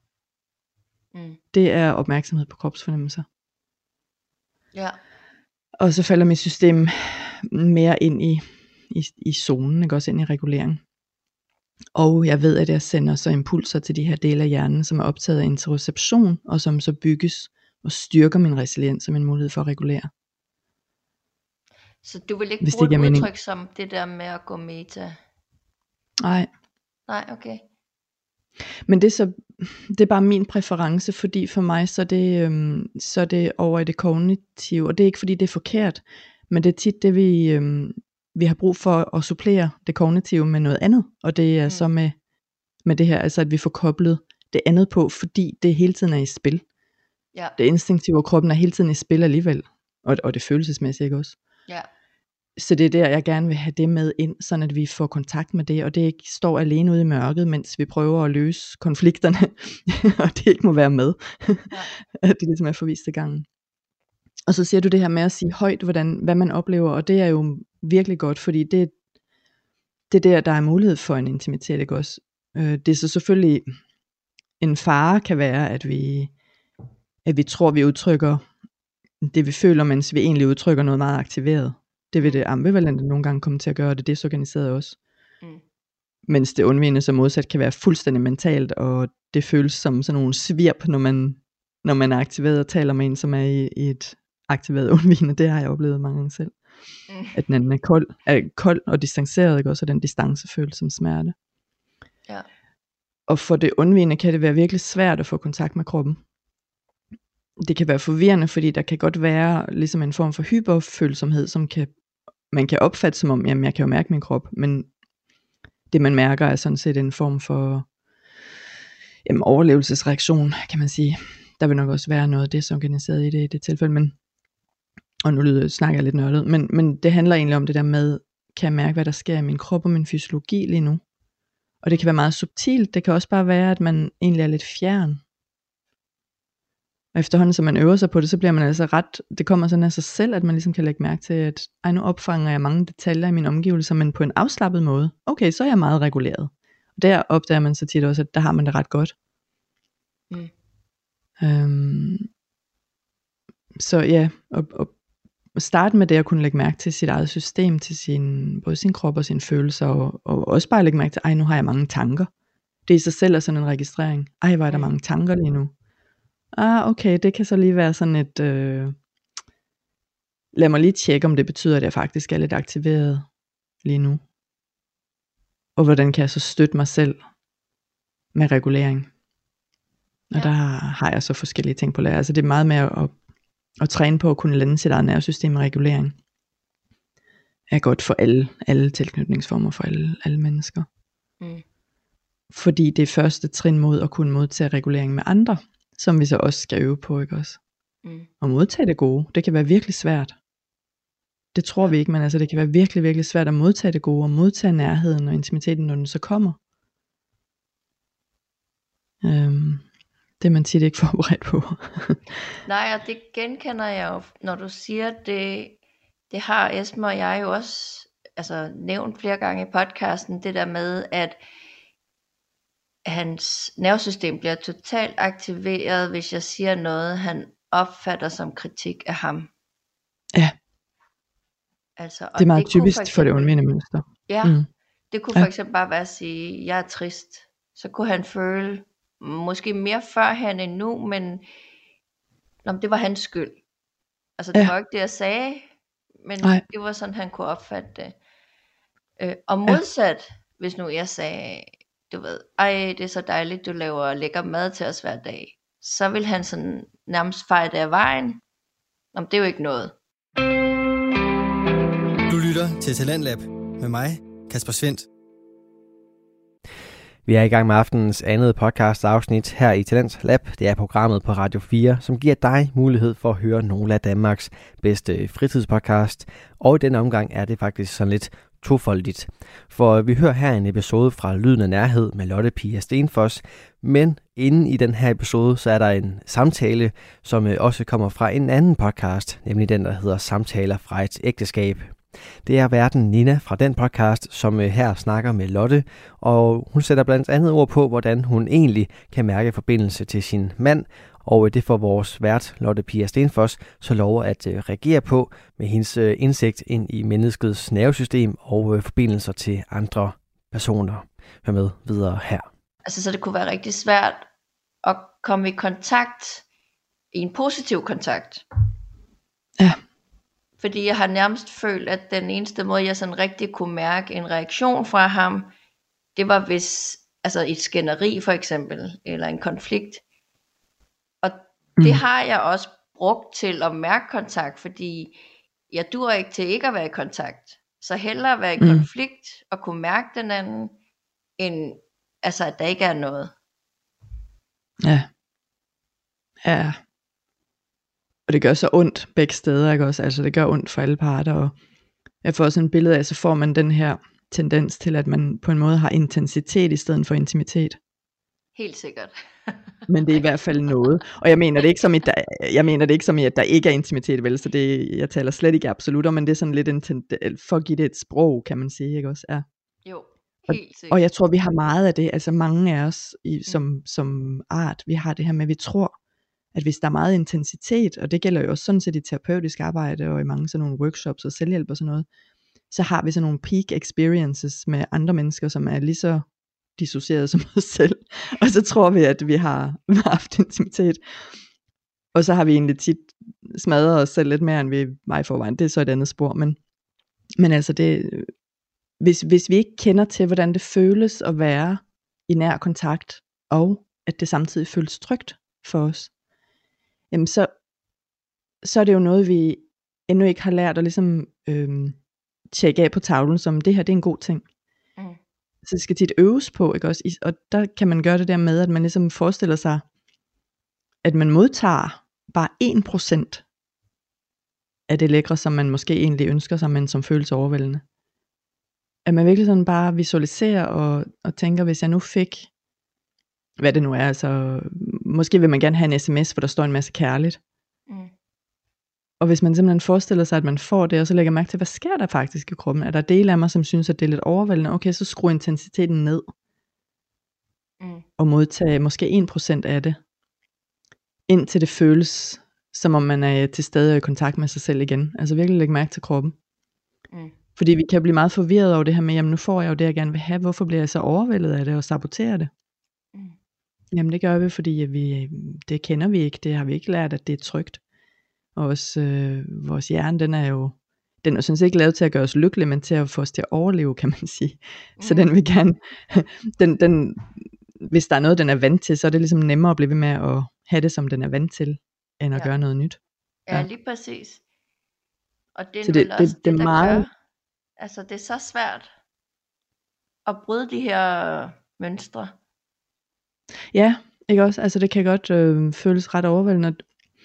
Mm. Det er opmærksomhed på kropsfornemmelser. Ja. Og så falder mit system mere ind i, i, i zonen, ikke? Også ind i regulering. Og jeg ved, at jeg sender så impulser til de her dele af hjernen, som er optaget af interoception, og som så bygges og styrker min resiliens og min mulighed for at regulere. Så du vil ikke Hvis bruge et udtryk mening. Som det der med at gå meta? Nej. Nej, okay. Men det er, så, det er bare min præference, fordi for mig så er, det, øhm, så er det over i det kognitive, og det er ikke fordi det er forkert, men det er tit det vi, øhm, vi har brug for at supplere det kognitive med noget andet, og det er mm. så med, med det her, altså at vi får koblet det andet på, fordi det hele tiden er i spil. Ja. Det instinktive og kroppen er hele tiden i spil alligevel, og, og det følelsesmæssige ikke også. Ja. Så det er der, jeg gerne vil have det med ind, sådan at vi får kontakt med det, og det ikke står alene ude i mørket, mens vi prøver at løse konflikterne, og det ikke må være med. Ja. At det ligesom er forvist til gangen. Og så siger du det her med at sige højt, hvordan, hvad man oplever, og det er jo virkelig godt, fordi det, det er der, der er mulighed for en intimitet, ikke også? Det er så selvfølgelig, en fare kan være, at vi, at vi tror, vi udtrykker det, vi føler, mens vi egentlig udtrykker noget meget aktiveret. Det vil det ambivalente nogle gange komme til at gøre, og det er desorganiseret også. Mm. Mens det undvigende som modsat kan være fuldstændig mentalt, og det føles som sådan nogle svirp, når man, når man er aktiveret og taler med en, som er i, i et aktiveret undvigende. Det har jeg oplevet mange gange selv. Mm. At den anden er kold, er kold og distanceret, ikke? Også den distance føles som smerte. Ja. Og for det undvigende kan det være virkelig svært at få kontakt med kroppen. Det kan være forvirrende, fordi der kan godt være ligesom en form for hyperfølsomhed, som kan, man kan opfatte som om, jamen jeg kan jo mærke min krop, men det man mærker er sådan set en form for jamen, overlevelsesreaktion, kan man sige. Der vil nok også være noget desorganiseret i det i det tilfælde, men, og nu lyder, snakker jeg lidt nørdet, men, men det handler egentlig om det der med, kan jeg mærke hvad der sker i min krop og min fysiologi lige nu. Og det kan være meget subtilt, det kan også bare være, at man egentlig er lidt fjern. Og efterhånden, som man øver sig på det, så bliver man altså ret, det kommer sådan af sig selv, at man ligesom kan lægge mærke til, at ej, nu opfanger jeg mange detaljer i mine omgivelser, men på en afslappet måde. Okay, så er jeg meget reguleret. Og der opdager man så tit også, at der har man det ret godt. Mm. Øhm, så ja, og, og starte med det at kunne lægge mærke til sit eget system, til sin, både sin krop og sine følelser, og, og også bare lægge mærke til, ej, nu har jeg mange tanker. Det i sig selv er sådan en registrering. Ej, hvor er der mange tanker lige nu. Ah, okay, det kan så lige være sådan et, øh, lad mig lige tjekke, om det betyder, at jeg faktisk er lidt aktiveret lige nu. Og hvordan kan jeg så støtte mig selv med regulering. Og ja. Der har jeg så forskellige ting på lager. Altså det er meget med at, at, at træne på at kunne lande sit eget nervesystem med regulering. Er godt for alle, alle tilknytningsformer for alle, alle mennesker. Mm. Fordi det er første trin mod at kunne modtage regulering med andre, som vi så også skal øve på, ikke også? Mm. Og modtage det gode, det kan være virkelig svært. Det tror vi ikke, men altså det kan være virkelig, virkelig svært at modtage det gode, og modtage nærheden og intimiteten, når den så kommer. Øhm, det er man tit ikke forberedt på. Nej, og det genkender jeg jo, når du siger det, det har Esme og jeg jo også altså, nævnt flere gange i podcasten, det der med, at hans nervesystem bliver totalt aktiveret, hvis jeg siger noget, han opfatter som kritik af ham. Ja. Altså, og det er meget det typisk for, for, eksempel, for det undvindende mønster. Ja, mm. det kunne for eksempel bare være at sige, jeg er trist. Så kunne han føle, måske mere førhen end nu, men nå, det var hans skyld. Altså det ja. var ikke det jeg sagde, men Nej. det var sådan han kunne opfatte det. Øh, og modsat, ja. hvis nu jeg sagde, du ved, ej det er så dejligt, du laver lækker mad til os hver dag, så vil han sådan nærmest feje det af vejen. Nå, det er jo ikke noget. Du lytter til Talentlab med mig, Kasper Svendt. Vi er i gang med aftenens andet podcast afsnit her i Talentlab. Det er programmet på Radio fire, som giver dig mulighed for at høre nogle af Danmarks bedste fritidspodcast. Og i denne omgang er det faktisk sådan lidt tofoldigt. For vi hører her en episode fra Lyden af Nærhed med Lotte Pia Stenfoss. Men inden i den her episode, så er der en samtale, som også kommer fra en anden podcast, nemlig den, der hedder Samtaler fra et ægteskab. Det er værten Nina fra den podcast, som her snakker med Lotte, og hun sætter blandt andet ord på, hvordan hun egentlig kan mærke forbindelse til sin mand, og det får vores vært Lotte Pia Stenfoss så lov at reagere på med hendes indsigt ind i menneskets nervesystem og forbindelser til andre personer. Hør med videre her. Altså så det kunne være rigtig svært at komme i kontakt, i en positiv kontakt. Ja. Fordi jeg har nærmest følt, at den eneste måde, jeg sådan rigtig kunne mærke en reaktion fra ham, det var hvis, altså et skænderi for eksempel, eller en konflikt. Og det mm. har jeg også brugt til at mærke kontakt, fordi jeg dur ikke til ikke at være i kontakt. Så hellere være i mm. konflikt og kunne mærke den anden, end altså at der ikke er noget. Ja. Ja. Og det gør så ondt begge steder, ikke også? Altså det gør ondt for alle parter, og jeg får også en billede af, så får man den her tendens til, at man på en måde har intensitet i stedet for intimitet. Helt sikkert. Men det er i hvert fald noget. Og jeg mener det ikke som i, der, jeg mener det ikke som i, at der ikke er intimitet, vel? Så det, jeg taler slet ikke absolut om, men det er sådan lidt en tendens, for at give det et sprog, kan man sige, ikke også? Ja. Jo, helt sikkert. Og, og jeg tror, vi har meget af det, altså mange af os i, som, mm. som art, vi har det her med, at vi tror, at hvis der er meget intensitet, og det gælder jo også sådan set i terapeutisk arbejde, og i mange sådan nogle workshops og selvhjælp og sådan noget, så har vi sådan nogle peak experiences med andre mennesker, som er lige så dissocieret som os selv, og så tror vi, at vi har haft intimitet, og så har vi egentlig tit smadret os selv lidt mere, end vi var i forvejen. Det er så et andet spor, men, men altså det, hvis, hvis vi ikke kender til, hvordan det føles at være i nær kontakt, og at det samtidig føles trygt for os, jamen så, så er det jo noget, vi endnu ikke har lært at ligesom øhm, tjekke af på tavlen, som det her, det er en god ting. Mm. Så det skal tit øves på, ikke også? Og der kan man gøre det der med, at man ligesom forestiller sig, at man modtager bare en procent af det lækre, som man måske egentlig ønsker sig, men som føles overvældende. At man virkelig sådan bare visualiserer og, og tænker, hvis jeg nu fik, hvad det nu er, altså måske vil man gerne have en sms, hvor der står en masse kærligt. Mm. Og hvis man simpelthen forestiller sig, at man får det, og så lægger mærke til, hvad sker der faktisk i kroppen? Er der dele af mig, som synes, at det er lidt overvældende? Okay, så skru intensiteten ned. Mm. Og modtage måske en procent af det. Indtil det føles, som om man er til stede i kontakt med sig selv igen. Altså virkelig lægge mærke til kroppen. Mm. Fordi vi kan blive meget forvirret over det her med, jamen nu får jeg jo det, jeg gerne vil have. Hvorfor bliver jeg så overvældet af det og saboterer det? Mm. Jamen det gør vi, fordi vi, det kender vi ikke. Det har vi ikke lært, at det er trygt. Og også øh, vores hjerne, den er jo, den er synes ikke lavet til at gøre os lykkelige, men til at få os til at overleve, kan man sige. Mm. Så den vil gerne, den, den, hvis der er noget, den er vant til, så er det ligesom nemmere at blive ved med at have det, som den er vant til, end at Ja. gøre noget nyt. Ja, Ja. lige præcis. Og det er Så det, det- vel det- også det, det er der meget- gør, altså det er så svært at bryde de her mønstre. Ja, ikke også? Altså det kan godt øh, føles ret overvældende.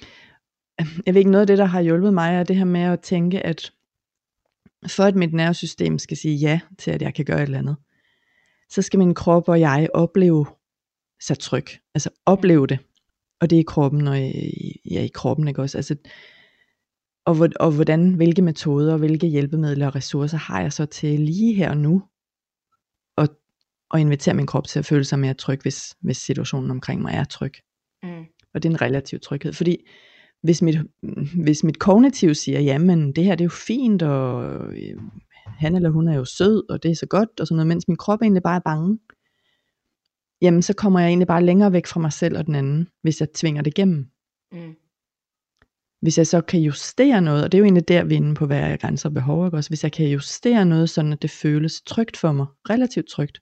Jeg ved ikke, noget af det, der har hjulpet mig, er det her med at tænke, at for at mit nervesystem skal sige ja til, at jeg kan gøre et eller andet, så skal min krop og jeg opleve sig tryg. Altså opleve det. Og det er i kroppen, og i, ja, i kroppen, ikke også? Altså, og, hvor- og hvordan, hvilke metoder, hvilke hjælpemidler og ressourcer har jeg så til lige her og nu, og, og invitere min krop til at føle sig mere tryg, hvis, hvis situationen omkring mig er tryg. Mm. Og det er en relativ tryghed, fordi hvis mit, hvis mit kognitiv siger, jamen det her det er jo fint, og øh, han eller hun er jo sød, og det er så godt, og sådan noget, mens min krop egentlig bare er bange, jamen så kommer jeg egentlig bare længere væk fra mig selv og den anden, hvis jeg tvinger det igennem. Mm. Hvis jeg så kan justere noget, og det er jo egentlig der, vi er inde på, hvad er grænser og behov, ikke også? Hvis jeg kan justere noget, sådan at det føles trygt for mig, relativt trygt,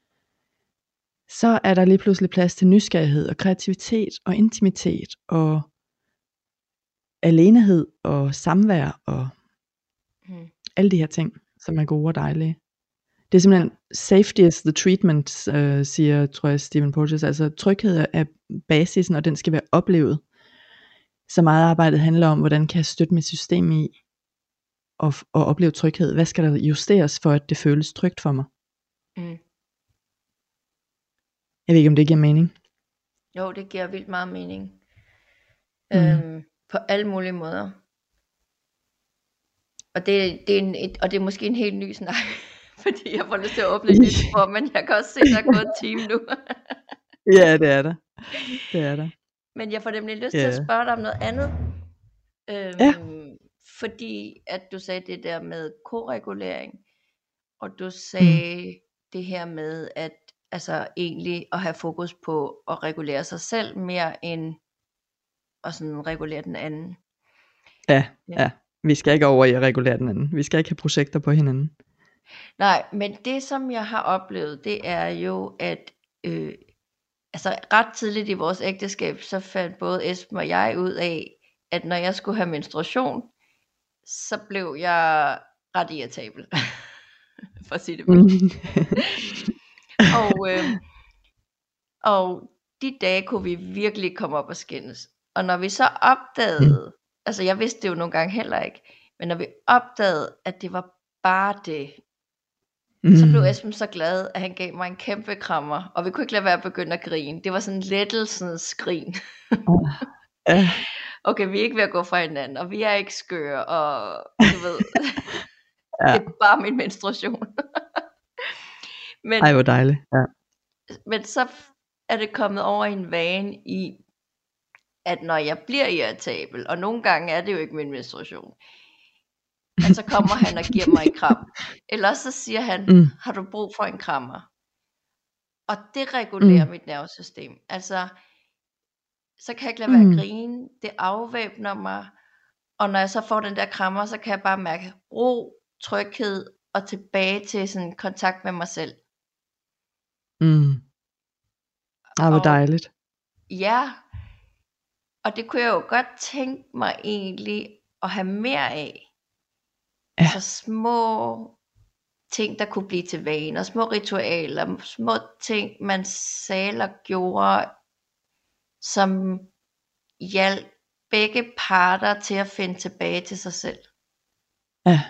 så er der lige pludselig plads til nysgerrighed og kreativitet og intimitet og alenehed og samvær og Mm. alle de her ting, som er gode og dejlige. Det er simpelthen safety is the treatment, øh, siger, tror jeg, Stephen Porges. Altså tryghed er basisen, og den skal være oplevet. Så meget arbejdet handler om, hvordan kan jeg støtte mit system i og, og opleve tryghed. Hvad skal der justeres for, at det føles trygt for mig? Mm. Jeg ved ikke, om det giver mening. Jo, det giver vildt meget mening. Mm. Øhm, på alle mulige måder. Og det, det er en, et, og det er måske en helt ny snak, fordi jeg får lyst til at åbne lidt for, men jeg kan også se, der er gået en time nu. Ja, det er der. Det er der. Men jeg får nemlig lyst Ja. til at spørge dig om noget andet. Øhm, Ja. Fordi at du sagde det der med koregulering, og du sagde mm. det her med at altså egentlig at have fokus på at regulere sig selv mere end at sådan regulere den anden. Ja, Ja. ja. Vi skal ikke over i at regulere den anden. Vi skal ikke have projekter på hinanden. Nej, men det som jeg har oplevet, det er jo at øh, altså ret tidligt i vores ægteskab, så fandt både Esben og jeg ud af, at når jeg skulle have menstruation, så blev jeg ret irritabel. For at sige det mildt. Mm. Og, øh, og de dage kunne vi virkelig komme op og skændes. Og når vi så opdagede, mm. altså jeg vidste det jo nogle gange heller ikke, men når vi opdagede, at det var bare det, Mm. så blev Esben så glad, at han gav mig en kæmpe krammer, og vi kunne ikke lade være at begynde at grine. Det var sådan en lettelsens skrin. Ja. Okay, vi er ikke ved at gå fra hinanden, og vi er ikke skøre, og du ved, Ja. det er bare min menstruation. men, Ej, hvor dejligt. Ja. men så er det kommet over i en vane i, at når jeg bliver irritabel, og nogle gange er det jo ikke min menstruation, at så kommer han og giver mig en kram. Eller så siger han, Mm. har du brug for en krammer? Og det regulerer Mm. mit nervesystem. Altså, så kan jeg ikke lade være Mm. at grine. Det afvæbner mig. Og når jeg så får den der krammer, så kan jeg bare mærke ro, tryghed og tilbage til sådan kontakt med mig selv. Mm. Ej, hvor Og- dejligt. Ja, og det kunne jeg jo godt tænke mig egentlig at have mere af. Ja. Så små ting, der kunne blive til vaner, små ritualer, små ting, man sagde eller gjorde, som hjalp begge parter til at finde tilbage til sig selv. Ja.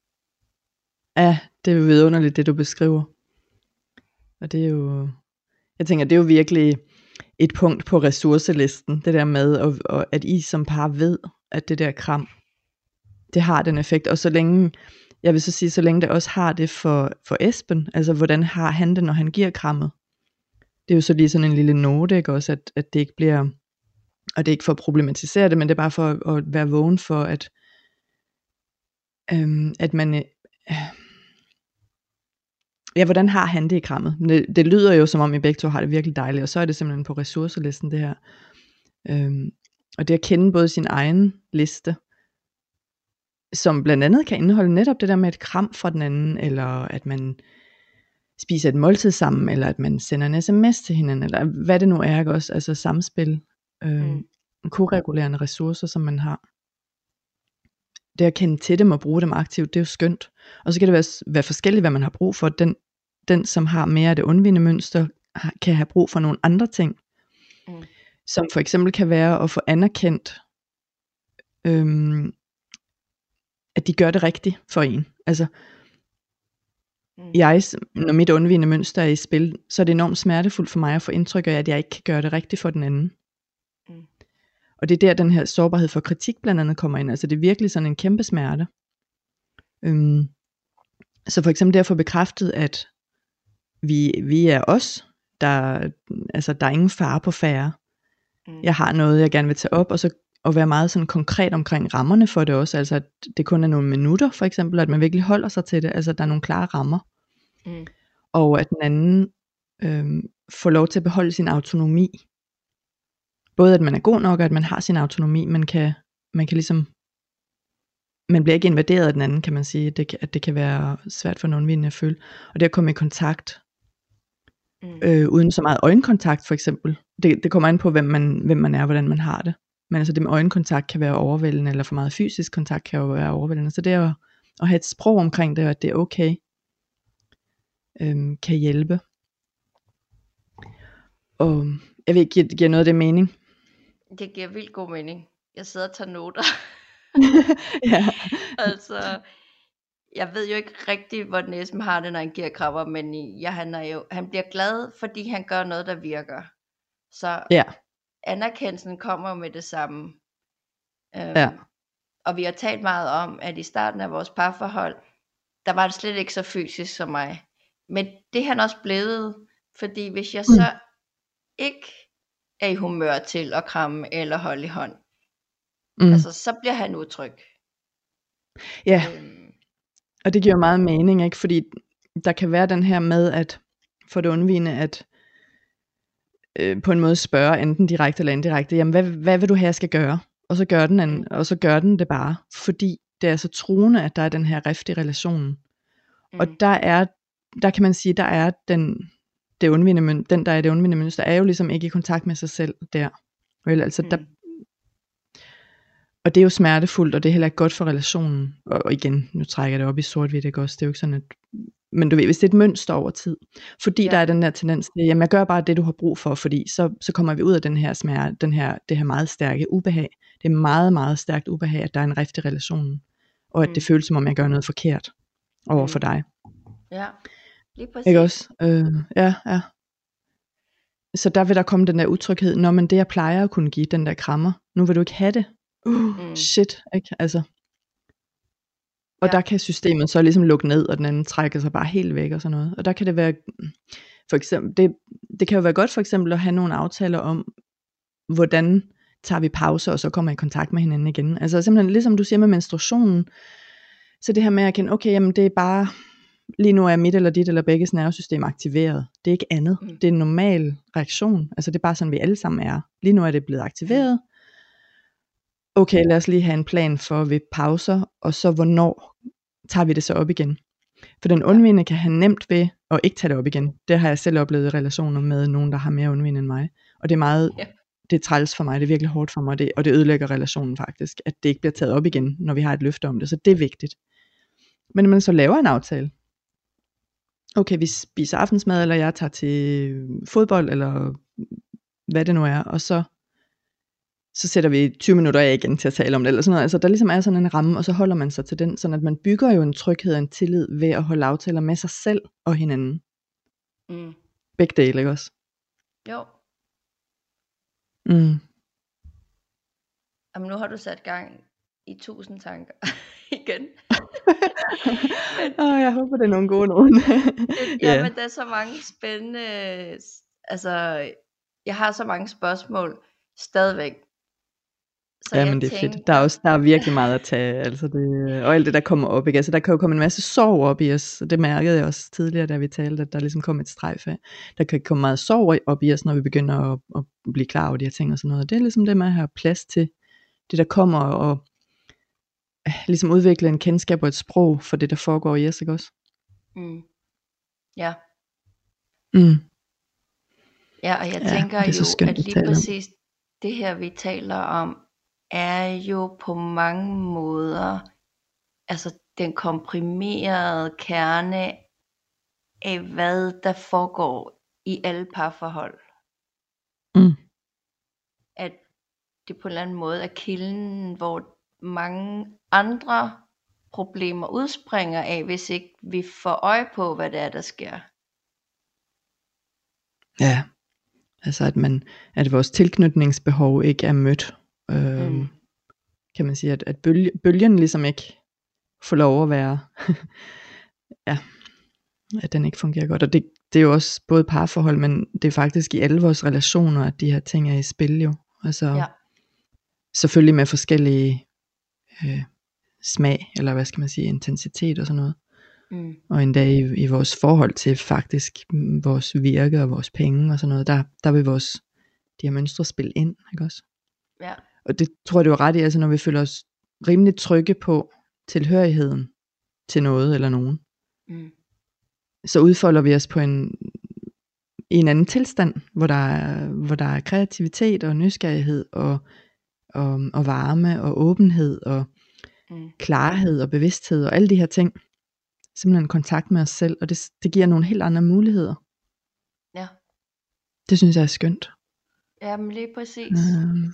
Ja, det er jo vidunderligt, det du beskriver. Og det er jo, jeg tænker, det er jo virkelig, et punkt på ressourcelisten, det der med, og, og at I som par ved, at det der kram, det har den effekt, og så længe, jeg vil så sige, så længe det også har det for, for Esben, altså hvordan har han det, når han giver krammet, det er jo så lige sådan en lille note, ikke også, at, at det ikke bliver, og det er ikke for at problematisere det, men det er bare for at, at være vågen for, at, øhm, at man, øh, ja, hvordan har han det i krammet? Det, det lyder jo som om I begge to har det virkelig dejligt, og så er det simpelthen på ressourcelisten det her. Øhm, og det at kende både sin egen liste, som blandt andet kan indeholde netop det der med et kram fra den anden, eller at man spiser et måltid sammen, eller at man sender en sms til hinanden, eller hvad det nu er, ikke også? Altså samspil, øhm, mm. koregulerende ressourcer, som man har. Det at kende til dem og bruge dem aktivt, det er jo skønt. Og så kan det være, være forskelligt, hvad man har brug for. Den, den som har mere af det undvigende mønster, kan have brug for nogle andre ting. Mm. Som for eksempel kan være at få anerkendt, øhm, at de gør det rigtigt for en. Altså, mm. jeg, når mit undvigende mønster er i spil, så er det enormt smertefuldt for mig at få indtryk af, at jeg ikke kan gøre det rigtigt for den anden. Mm. Og det er der, den her sårbarhed for kritik blandt andet kommer ind. Altså det er virkelig sådan en kæmpe smerte. Øhm, så for eksempel derfor bekræftet, at vi, vi er os, der, altså der er ingen fare på færre. Mm. Jeg har noget, jeg gerne vil tage op, og så og være meget sådan konkret omkring rammerne for det også. Altså at det kun er nogle minutter for eksempel, at man virkelig holder sig til det. Altså der er nogle klare rammer. Mm. Og at den anden øhm, får lov til at beholde sin autonomi. Både at man er god nok, og at man har sin autonomi, man kan, man kan ligesom, man bliver ikke invaderet af den anden, kan man sige, det, at det kan være svært for nogen at føle. Og det at komme i kontakt, mm. øh, uden så meget øjenkontakt for eksempel, det, det kommer an på, hvem man, hvem man er, hvordan man har det. Men altså det med øjenkontakt kan være overvældende, eller for meget fysisk kontakt kan jo være overvældende. Så det at, at have et sprog omkring det, og at det er okay, øhm, kan hjælpe. Og jeg ved ikke, giver, giver noget af det mening? Det giver vildt god mening. Jeg sidder og tager noter. Ja. Altså, jeg ved jo ikke rigtigt, hvordan Esben har det, når han giver krammer, men ja, han, er jo, han bliver glad, fordi han gør noget, der virker. Så ja. Anerkendelsen kommer med det samme. Øhm, ja. Og vi har talt meget om, at i starten af vores parforhold, der var det slet ikke så fysisk som mig. Men det er han også blevet, fordi hvis jeg så ikke er i humør til at kramme eller holde i hånd, mm. altså så bliver han utryg. Ja, øhm. og det giver meget mening, ikke? Fordi der kan være den her med, at for det undvigende, at øh, på en måde spørge, enten direkte eller indirekte, jamen hvad, hvad vil du have, jeg skal gøre? Og så gør den, en, og så gør den det bare, fordi det er så truende, at der er den her rift i relationen. Mm. Og der er, der kan man sige, der er den, det undvigende, den der er det undvigende mønster, er jo ligesom ikke i kontakt med sig selv der. Vel, altså mm. der, og det er jo smertefuldt, og det er heller ikke godt for relationen. Og, og igen, nu trækker jeg det op i sort-hvidt, ikke også? Det er jo ikke sådan, at, men du ved, hvis det er et mønster over tid, fordi ja. der er den der tendens til, jamen jeg gør bare det, du har brug for, fordi så, så kommer vi ud af den her smerte, den her, det her meget stærke ubehag. Det er meget, meget stærkt ubehag, at der er en rift i relationen, og at mm. det føles som om, jeg gør noget forkert over for dig. Ja, lige præcis. Ikke også? Øh, ja, ja. Så der vil der komme den der utryghed, når man det jeg plejer at kunne give, den der krammer, nu vil du ikke have det. Uh, mm. Shit, ikke? Altså. Og ja. Der kan systemet så ligesom lukke ned, og den anden trækker sig bare helt væk og sådan noget. Og der kan det være, for eksempel, det, det kan jo være godt for eksempel at have nogle aftaler om, hvordan tager vi pauser, og så kommer i kontakt med hinanden igen. Altså simpelthen, ligesom du siger med menstruationen, så det her med at kende, okay, jamen det er bare, lige nu er mit eller dit eller begges nervesystem aktiveret. Det er ikke andet. Mm. Det er en normal reaktion. Altså det er bare sådan, vi alle sammen er. Lige nu er det blevet aktiveret. Okay, lad os lige have en plan for ved pauser, og så hvornår tager vi det så op igen. For den undvigende kan have nemt ved at ikke tage det op igen. Det har jeg selv oplevet i relationer med nogen, der har mere undvigende end mig. Og det er meget, yeah. det er træls for mig, det er virkelig hårdt for mig, det, og det ødelægger relationen faktisk, at det ikke bliver taget op igen, når vi har et løfte om det. Så det er vigtigt. Men når man så laver en aftale, okay, vi spiser aftensmad, eller jeg tager til fodbold, eller hvad det nu er, og så så sætter vi tyve minutter af igen til at tale om det, eller sådan noget. Altså der ligesom er sådan en ramme, og så holder man sig til den, sådan at man bygger jo en tryghed og en tillid ved at holde aftaler med sig selv og hinanden. Mm. Begge dele, ikke også? Jo. Mm. Jamen, nu har du sat gang i tusind tanker igen. Men, oh, jeg håber, det er nogle gode nogen. det, ja, yeah. men der er så mange spændende, altså, jeg har så mange spørgsmål stadigvæk. Så ja, men det er tænker, fedt. Der er også der er virkelig meget at tage, altså det, og alt det, der kommer op, ikke? Altså, der kan jo komme en masse sorg op i os, og det mærkede jeg også tidligere, da vi talte, at der ligesom kom et strejf af. Der kan komme meget sorg op i os, når vi begynder at, at blive klar over de her ting og sådan noget. Det er ligesom det med at have plads til det, der kommer, og ligesom udvikle en kendskab og et sprog for det, der foregår i os, ikke også? Mm. Ja. Mm. Ja, og jeg ja, tænker jo, at lige at præcis det her, vi taler om, er jo på mange måder, altså den komprimerede kerne af, hvad der foregår i alle parforhold. Mm. At det på en eller anden måde er kilden, hvor mange andre problemer udspringer af, hvis ikke vi får øje på, hvad det er, der sker. Ja, altså at man, at vores tilknytningsbehov ikke er mødt. Øh, mm. Kan man sige, at, at bølge, bølgen ligesom ikke får lov at være, ja, at den ikke fungerer godt. Og det, det er jo også både parforhold, men det er faktisk i alle vores relationer, at de her ting er i spil jo. Altså, ja. Selvfølgelig med forskellige øh, smag, eller hvad skal man sige, intensitet og sådan noget. Mm. Og endda i, i vores forhold til faktisk vores virke og vores penge og sådan noget, der, der vil vores, de her mønstre spille ind, ikke også? Ja. Og det tror jeg, du er ret i, altså når vi føler os rimelig trygge på tilhørigheden til noget eller nogen, mm. så udfolder vi os på en, i en anden tilstand, hvor der er, hvor der er kreativitet og nysgerrighed og, og, og varme og åbenhed og mm. klarhed og bevidsthed og alle de her ting. Simpelthen kontakt med os selv, og det, det giver nogle helt andre muligheder. Ja. Det synes jeg er skønt. Jamen lige præcis. Um.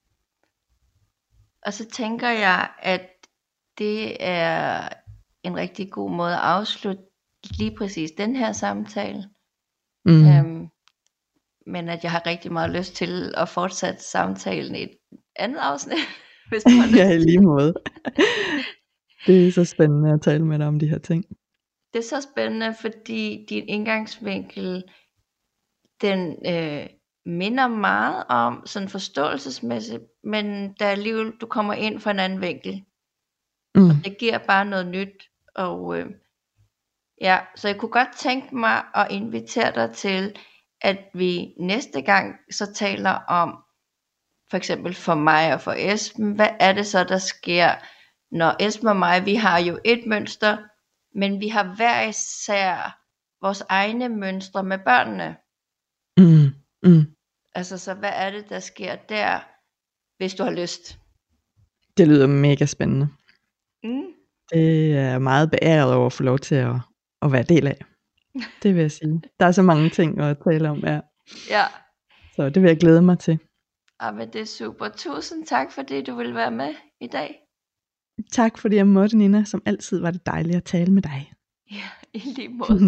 Og så tænker jeg, at det er en rigtig god måde at afslutte lige præcis den her samtale. Mm. Um, men at jeg har rigtig meget lyst til at fortsætte samtalen i et andet afsnit, hvis du har lyst. Ja, i lige måde. Det er så spændende at tale med dig om de her ting. Det er så spændende, fordi din indgangsvinkel, den øh, minder meget om sådan forståelsesmæssigt, men der alligevel, du kommer ind fra en anden vinkel. Mm. Og det giver bare noget nyt. Og øh, ja, så jeg kunne godt tænke mig at invitere dig til, at vi næste gang så taler om, for eksempel for mig og for Esben, hvad er det så, der sker, når Esben og mig, vi har jo et mønster, men vi har hver især vores egne mønstre med børnene. Mm, mm. Altså, så hvad er det, der sker der, hvis du har lyst? Det lyder mega spændende. Mm. Det er jeg meget beæret over at få lov til at, at være del af. Det vil jeg sige. Der er så mange ting at tale om her. Ja. Så det vil jeg glæde mig til. Ja, men det er super. Tusind tak, fordi du ville være med i dag. Tak fordi jeg måtte, Nina. Som altid var det dejligt at tale med dig. Ja, i lige måde.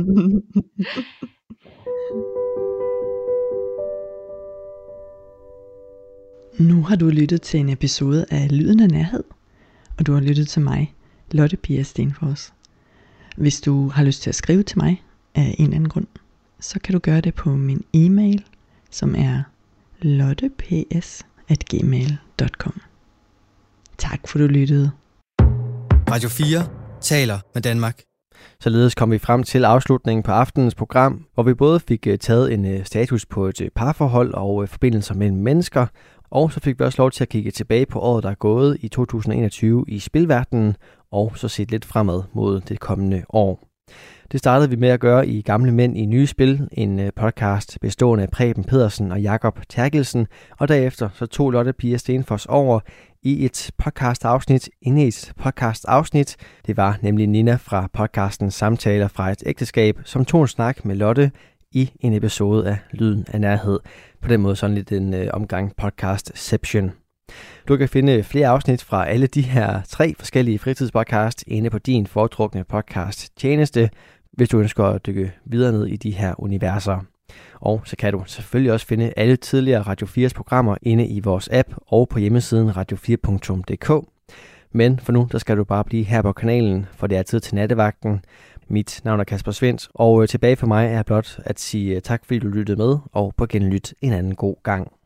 Nu har du lyttet til en episode af Lyden af Nærhed. Og du har lyttet til mig, Lotte Pia Stenfors. Hvis du har lyst til at skrive til mig af en eller anden grund, så kan du gøre det på min e-mail, som er lotteps at gmail punktum com. Tak for du lyttede. Radio fire taler med Danmark. Således kom vi frem til afslutningen på aftenens program, hvor vi både fik taget en status på et parforhold og forbindelser mellem mennesker, og så fik vi også lov til at kigge tilbage på året, der er gået i to tusind enogtyve i spilverdenen, og så set lidt fremad mod det kommende år. Det startede vi med at gøre i Gamle Mænd i Nye Spil, en podcast bestående af Preben Pedersen og Jakob Terkelsen, og derefter så tog Lotte Pia Stenfors over i et podcast-afsnit, inde i et podcast-afsnit. Det var nemlig Nina fra podcasten Samtaler fra et ægteskab, som tog en snak med Lotte i en episode af Lyden af Nærhed. På den måde sådan lidt en øh, omgang podcastception. Du kan finde flere afsnit fra alle de her tre forskellige fritidspodcasts inde på din foretrukne podcast tjeneste, hvis du ønsker at dykke videre ned i de her universer. Og så kan du selvfølgelig også finde alle tidligere Radio fires programmer inde i vores app og på hjemmesiden radio fire punktum d k. Men for nu, der skal du bare blive her på kanalen, for det er tid til nattevagten. Mit navn er Kasper Svendt, og tilbage for mig er blot at sige tak, fordi du lyttede med, og på genlyt en anden god gang.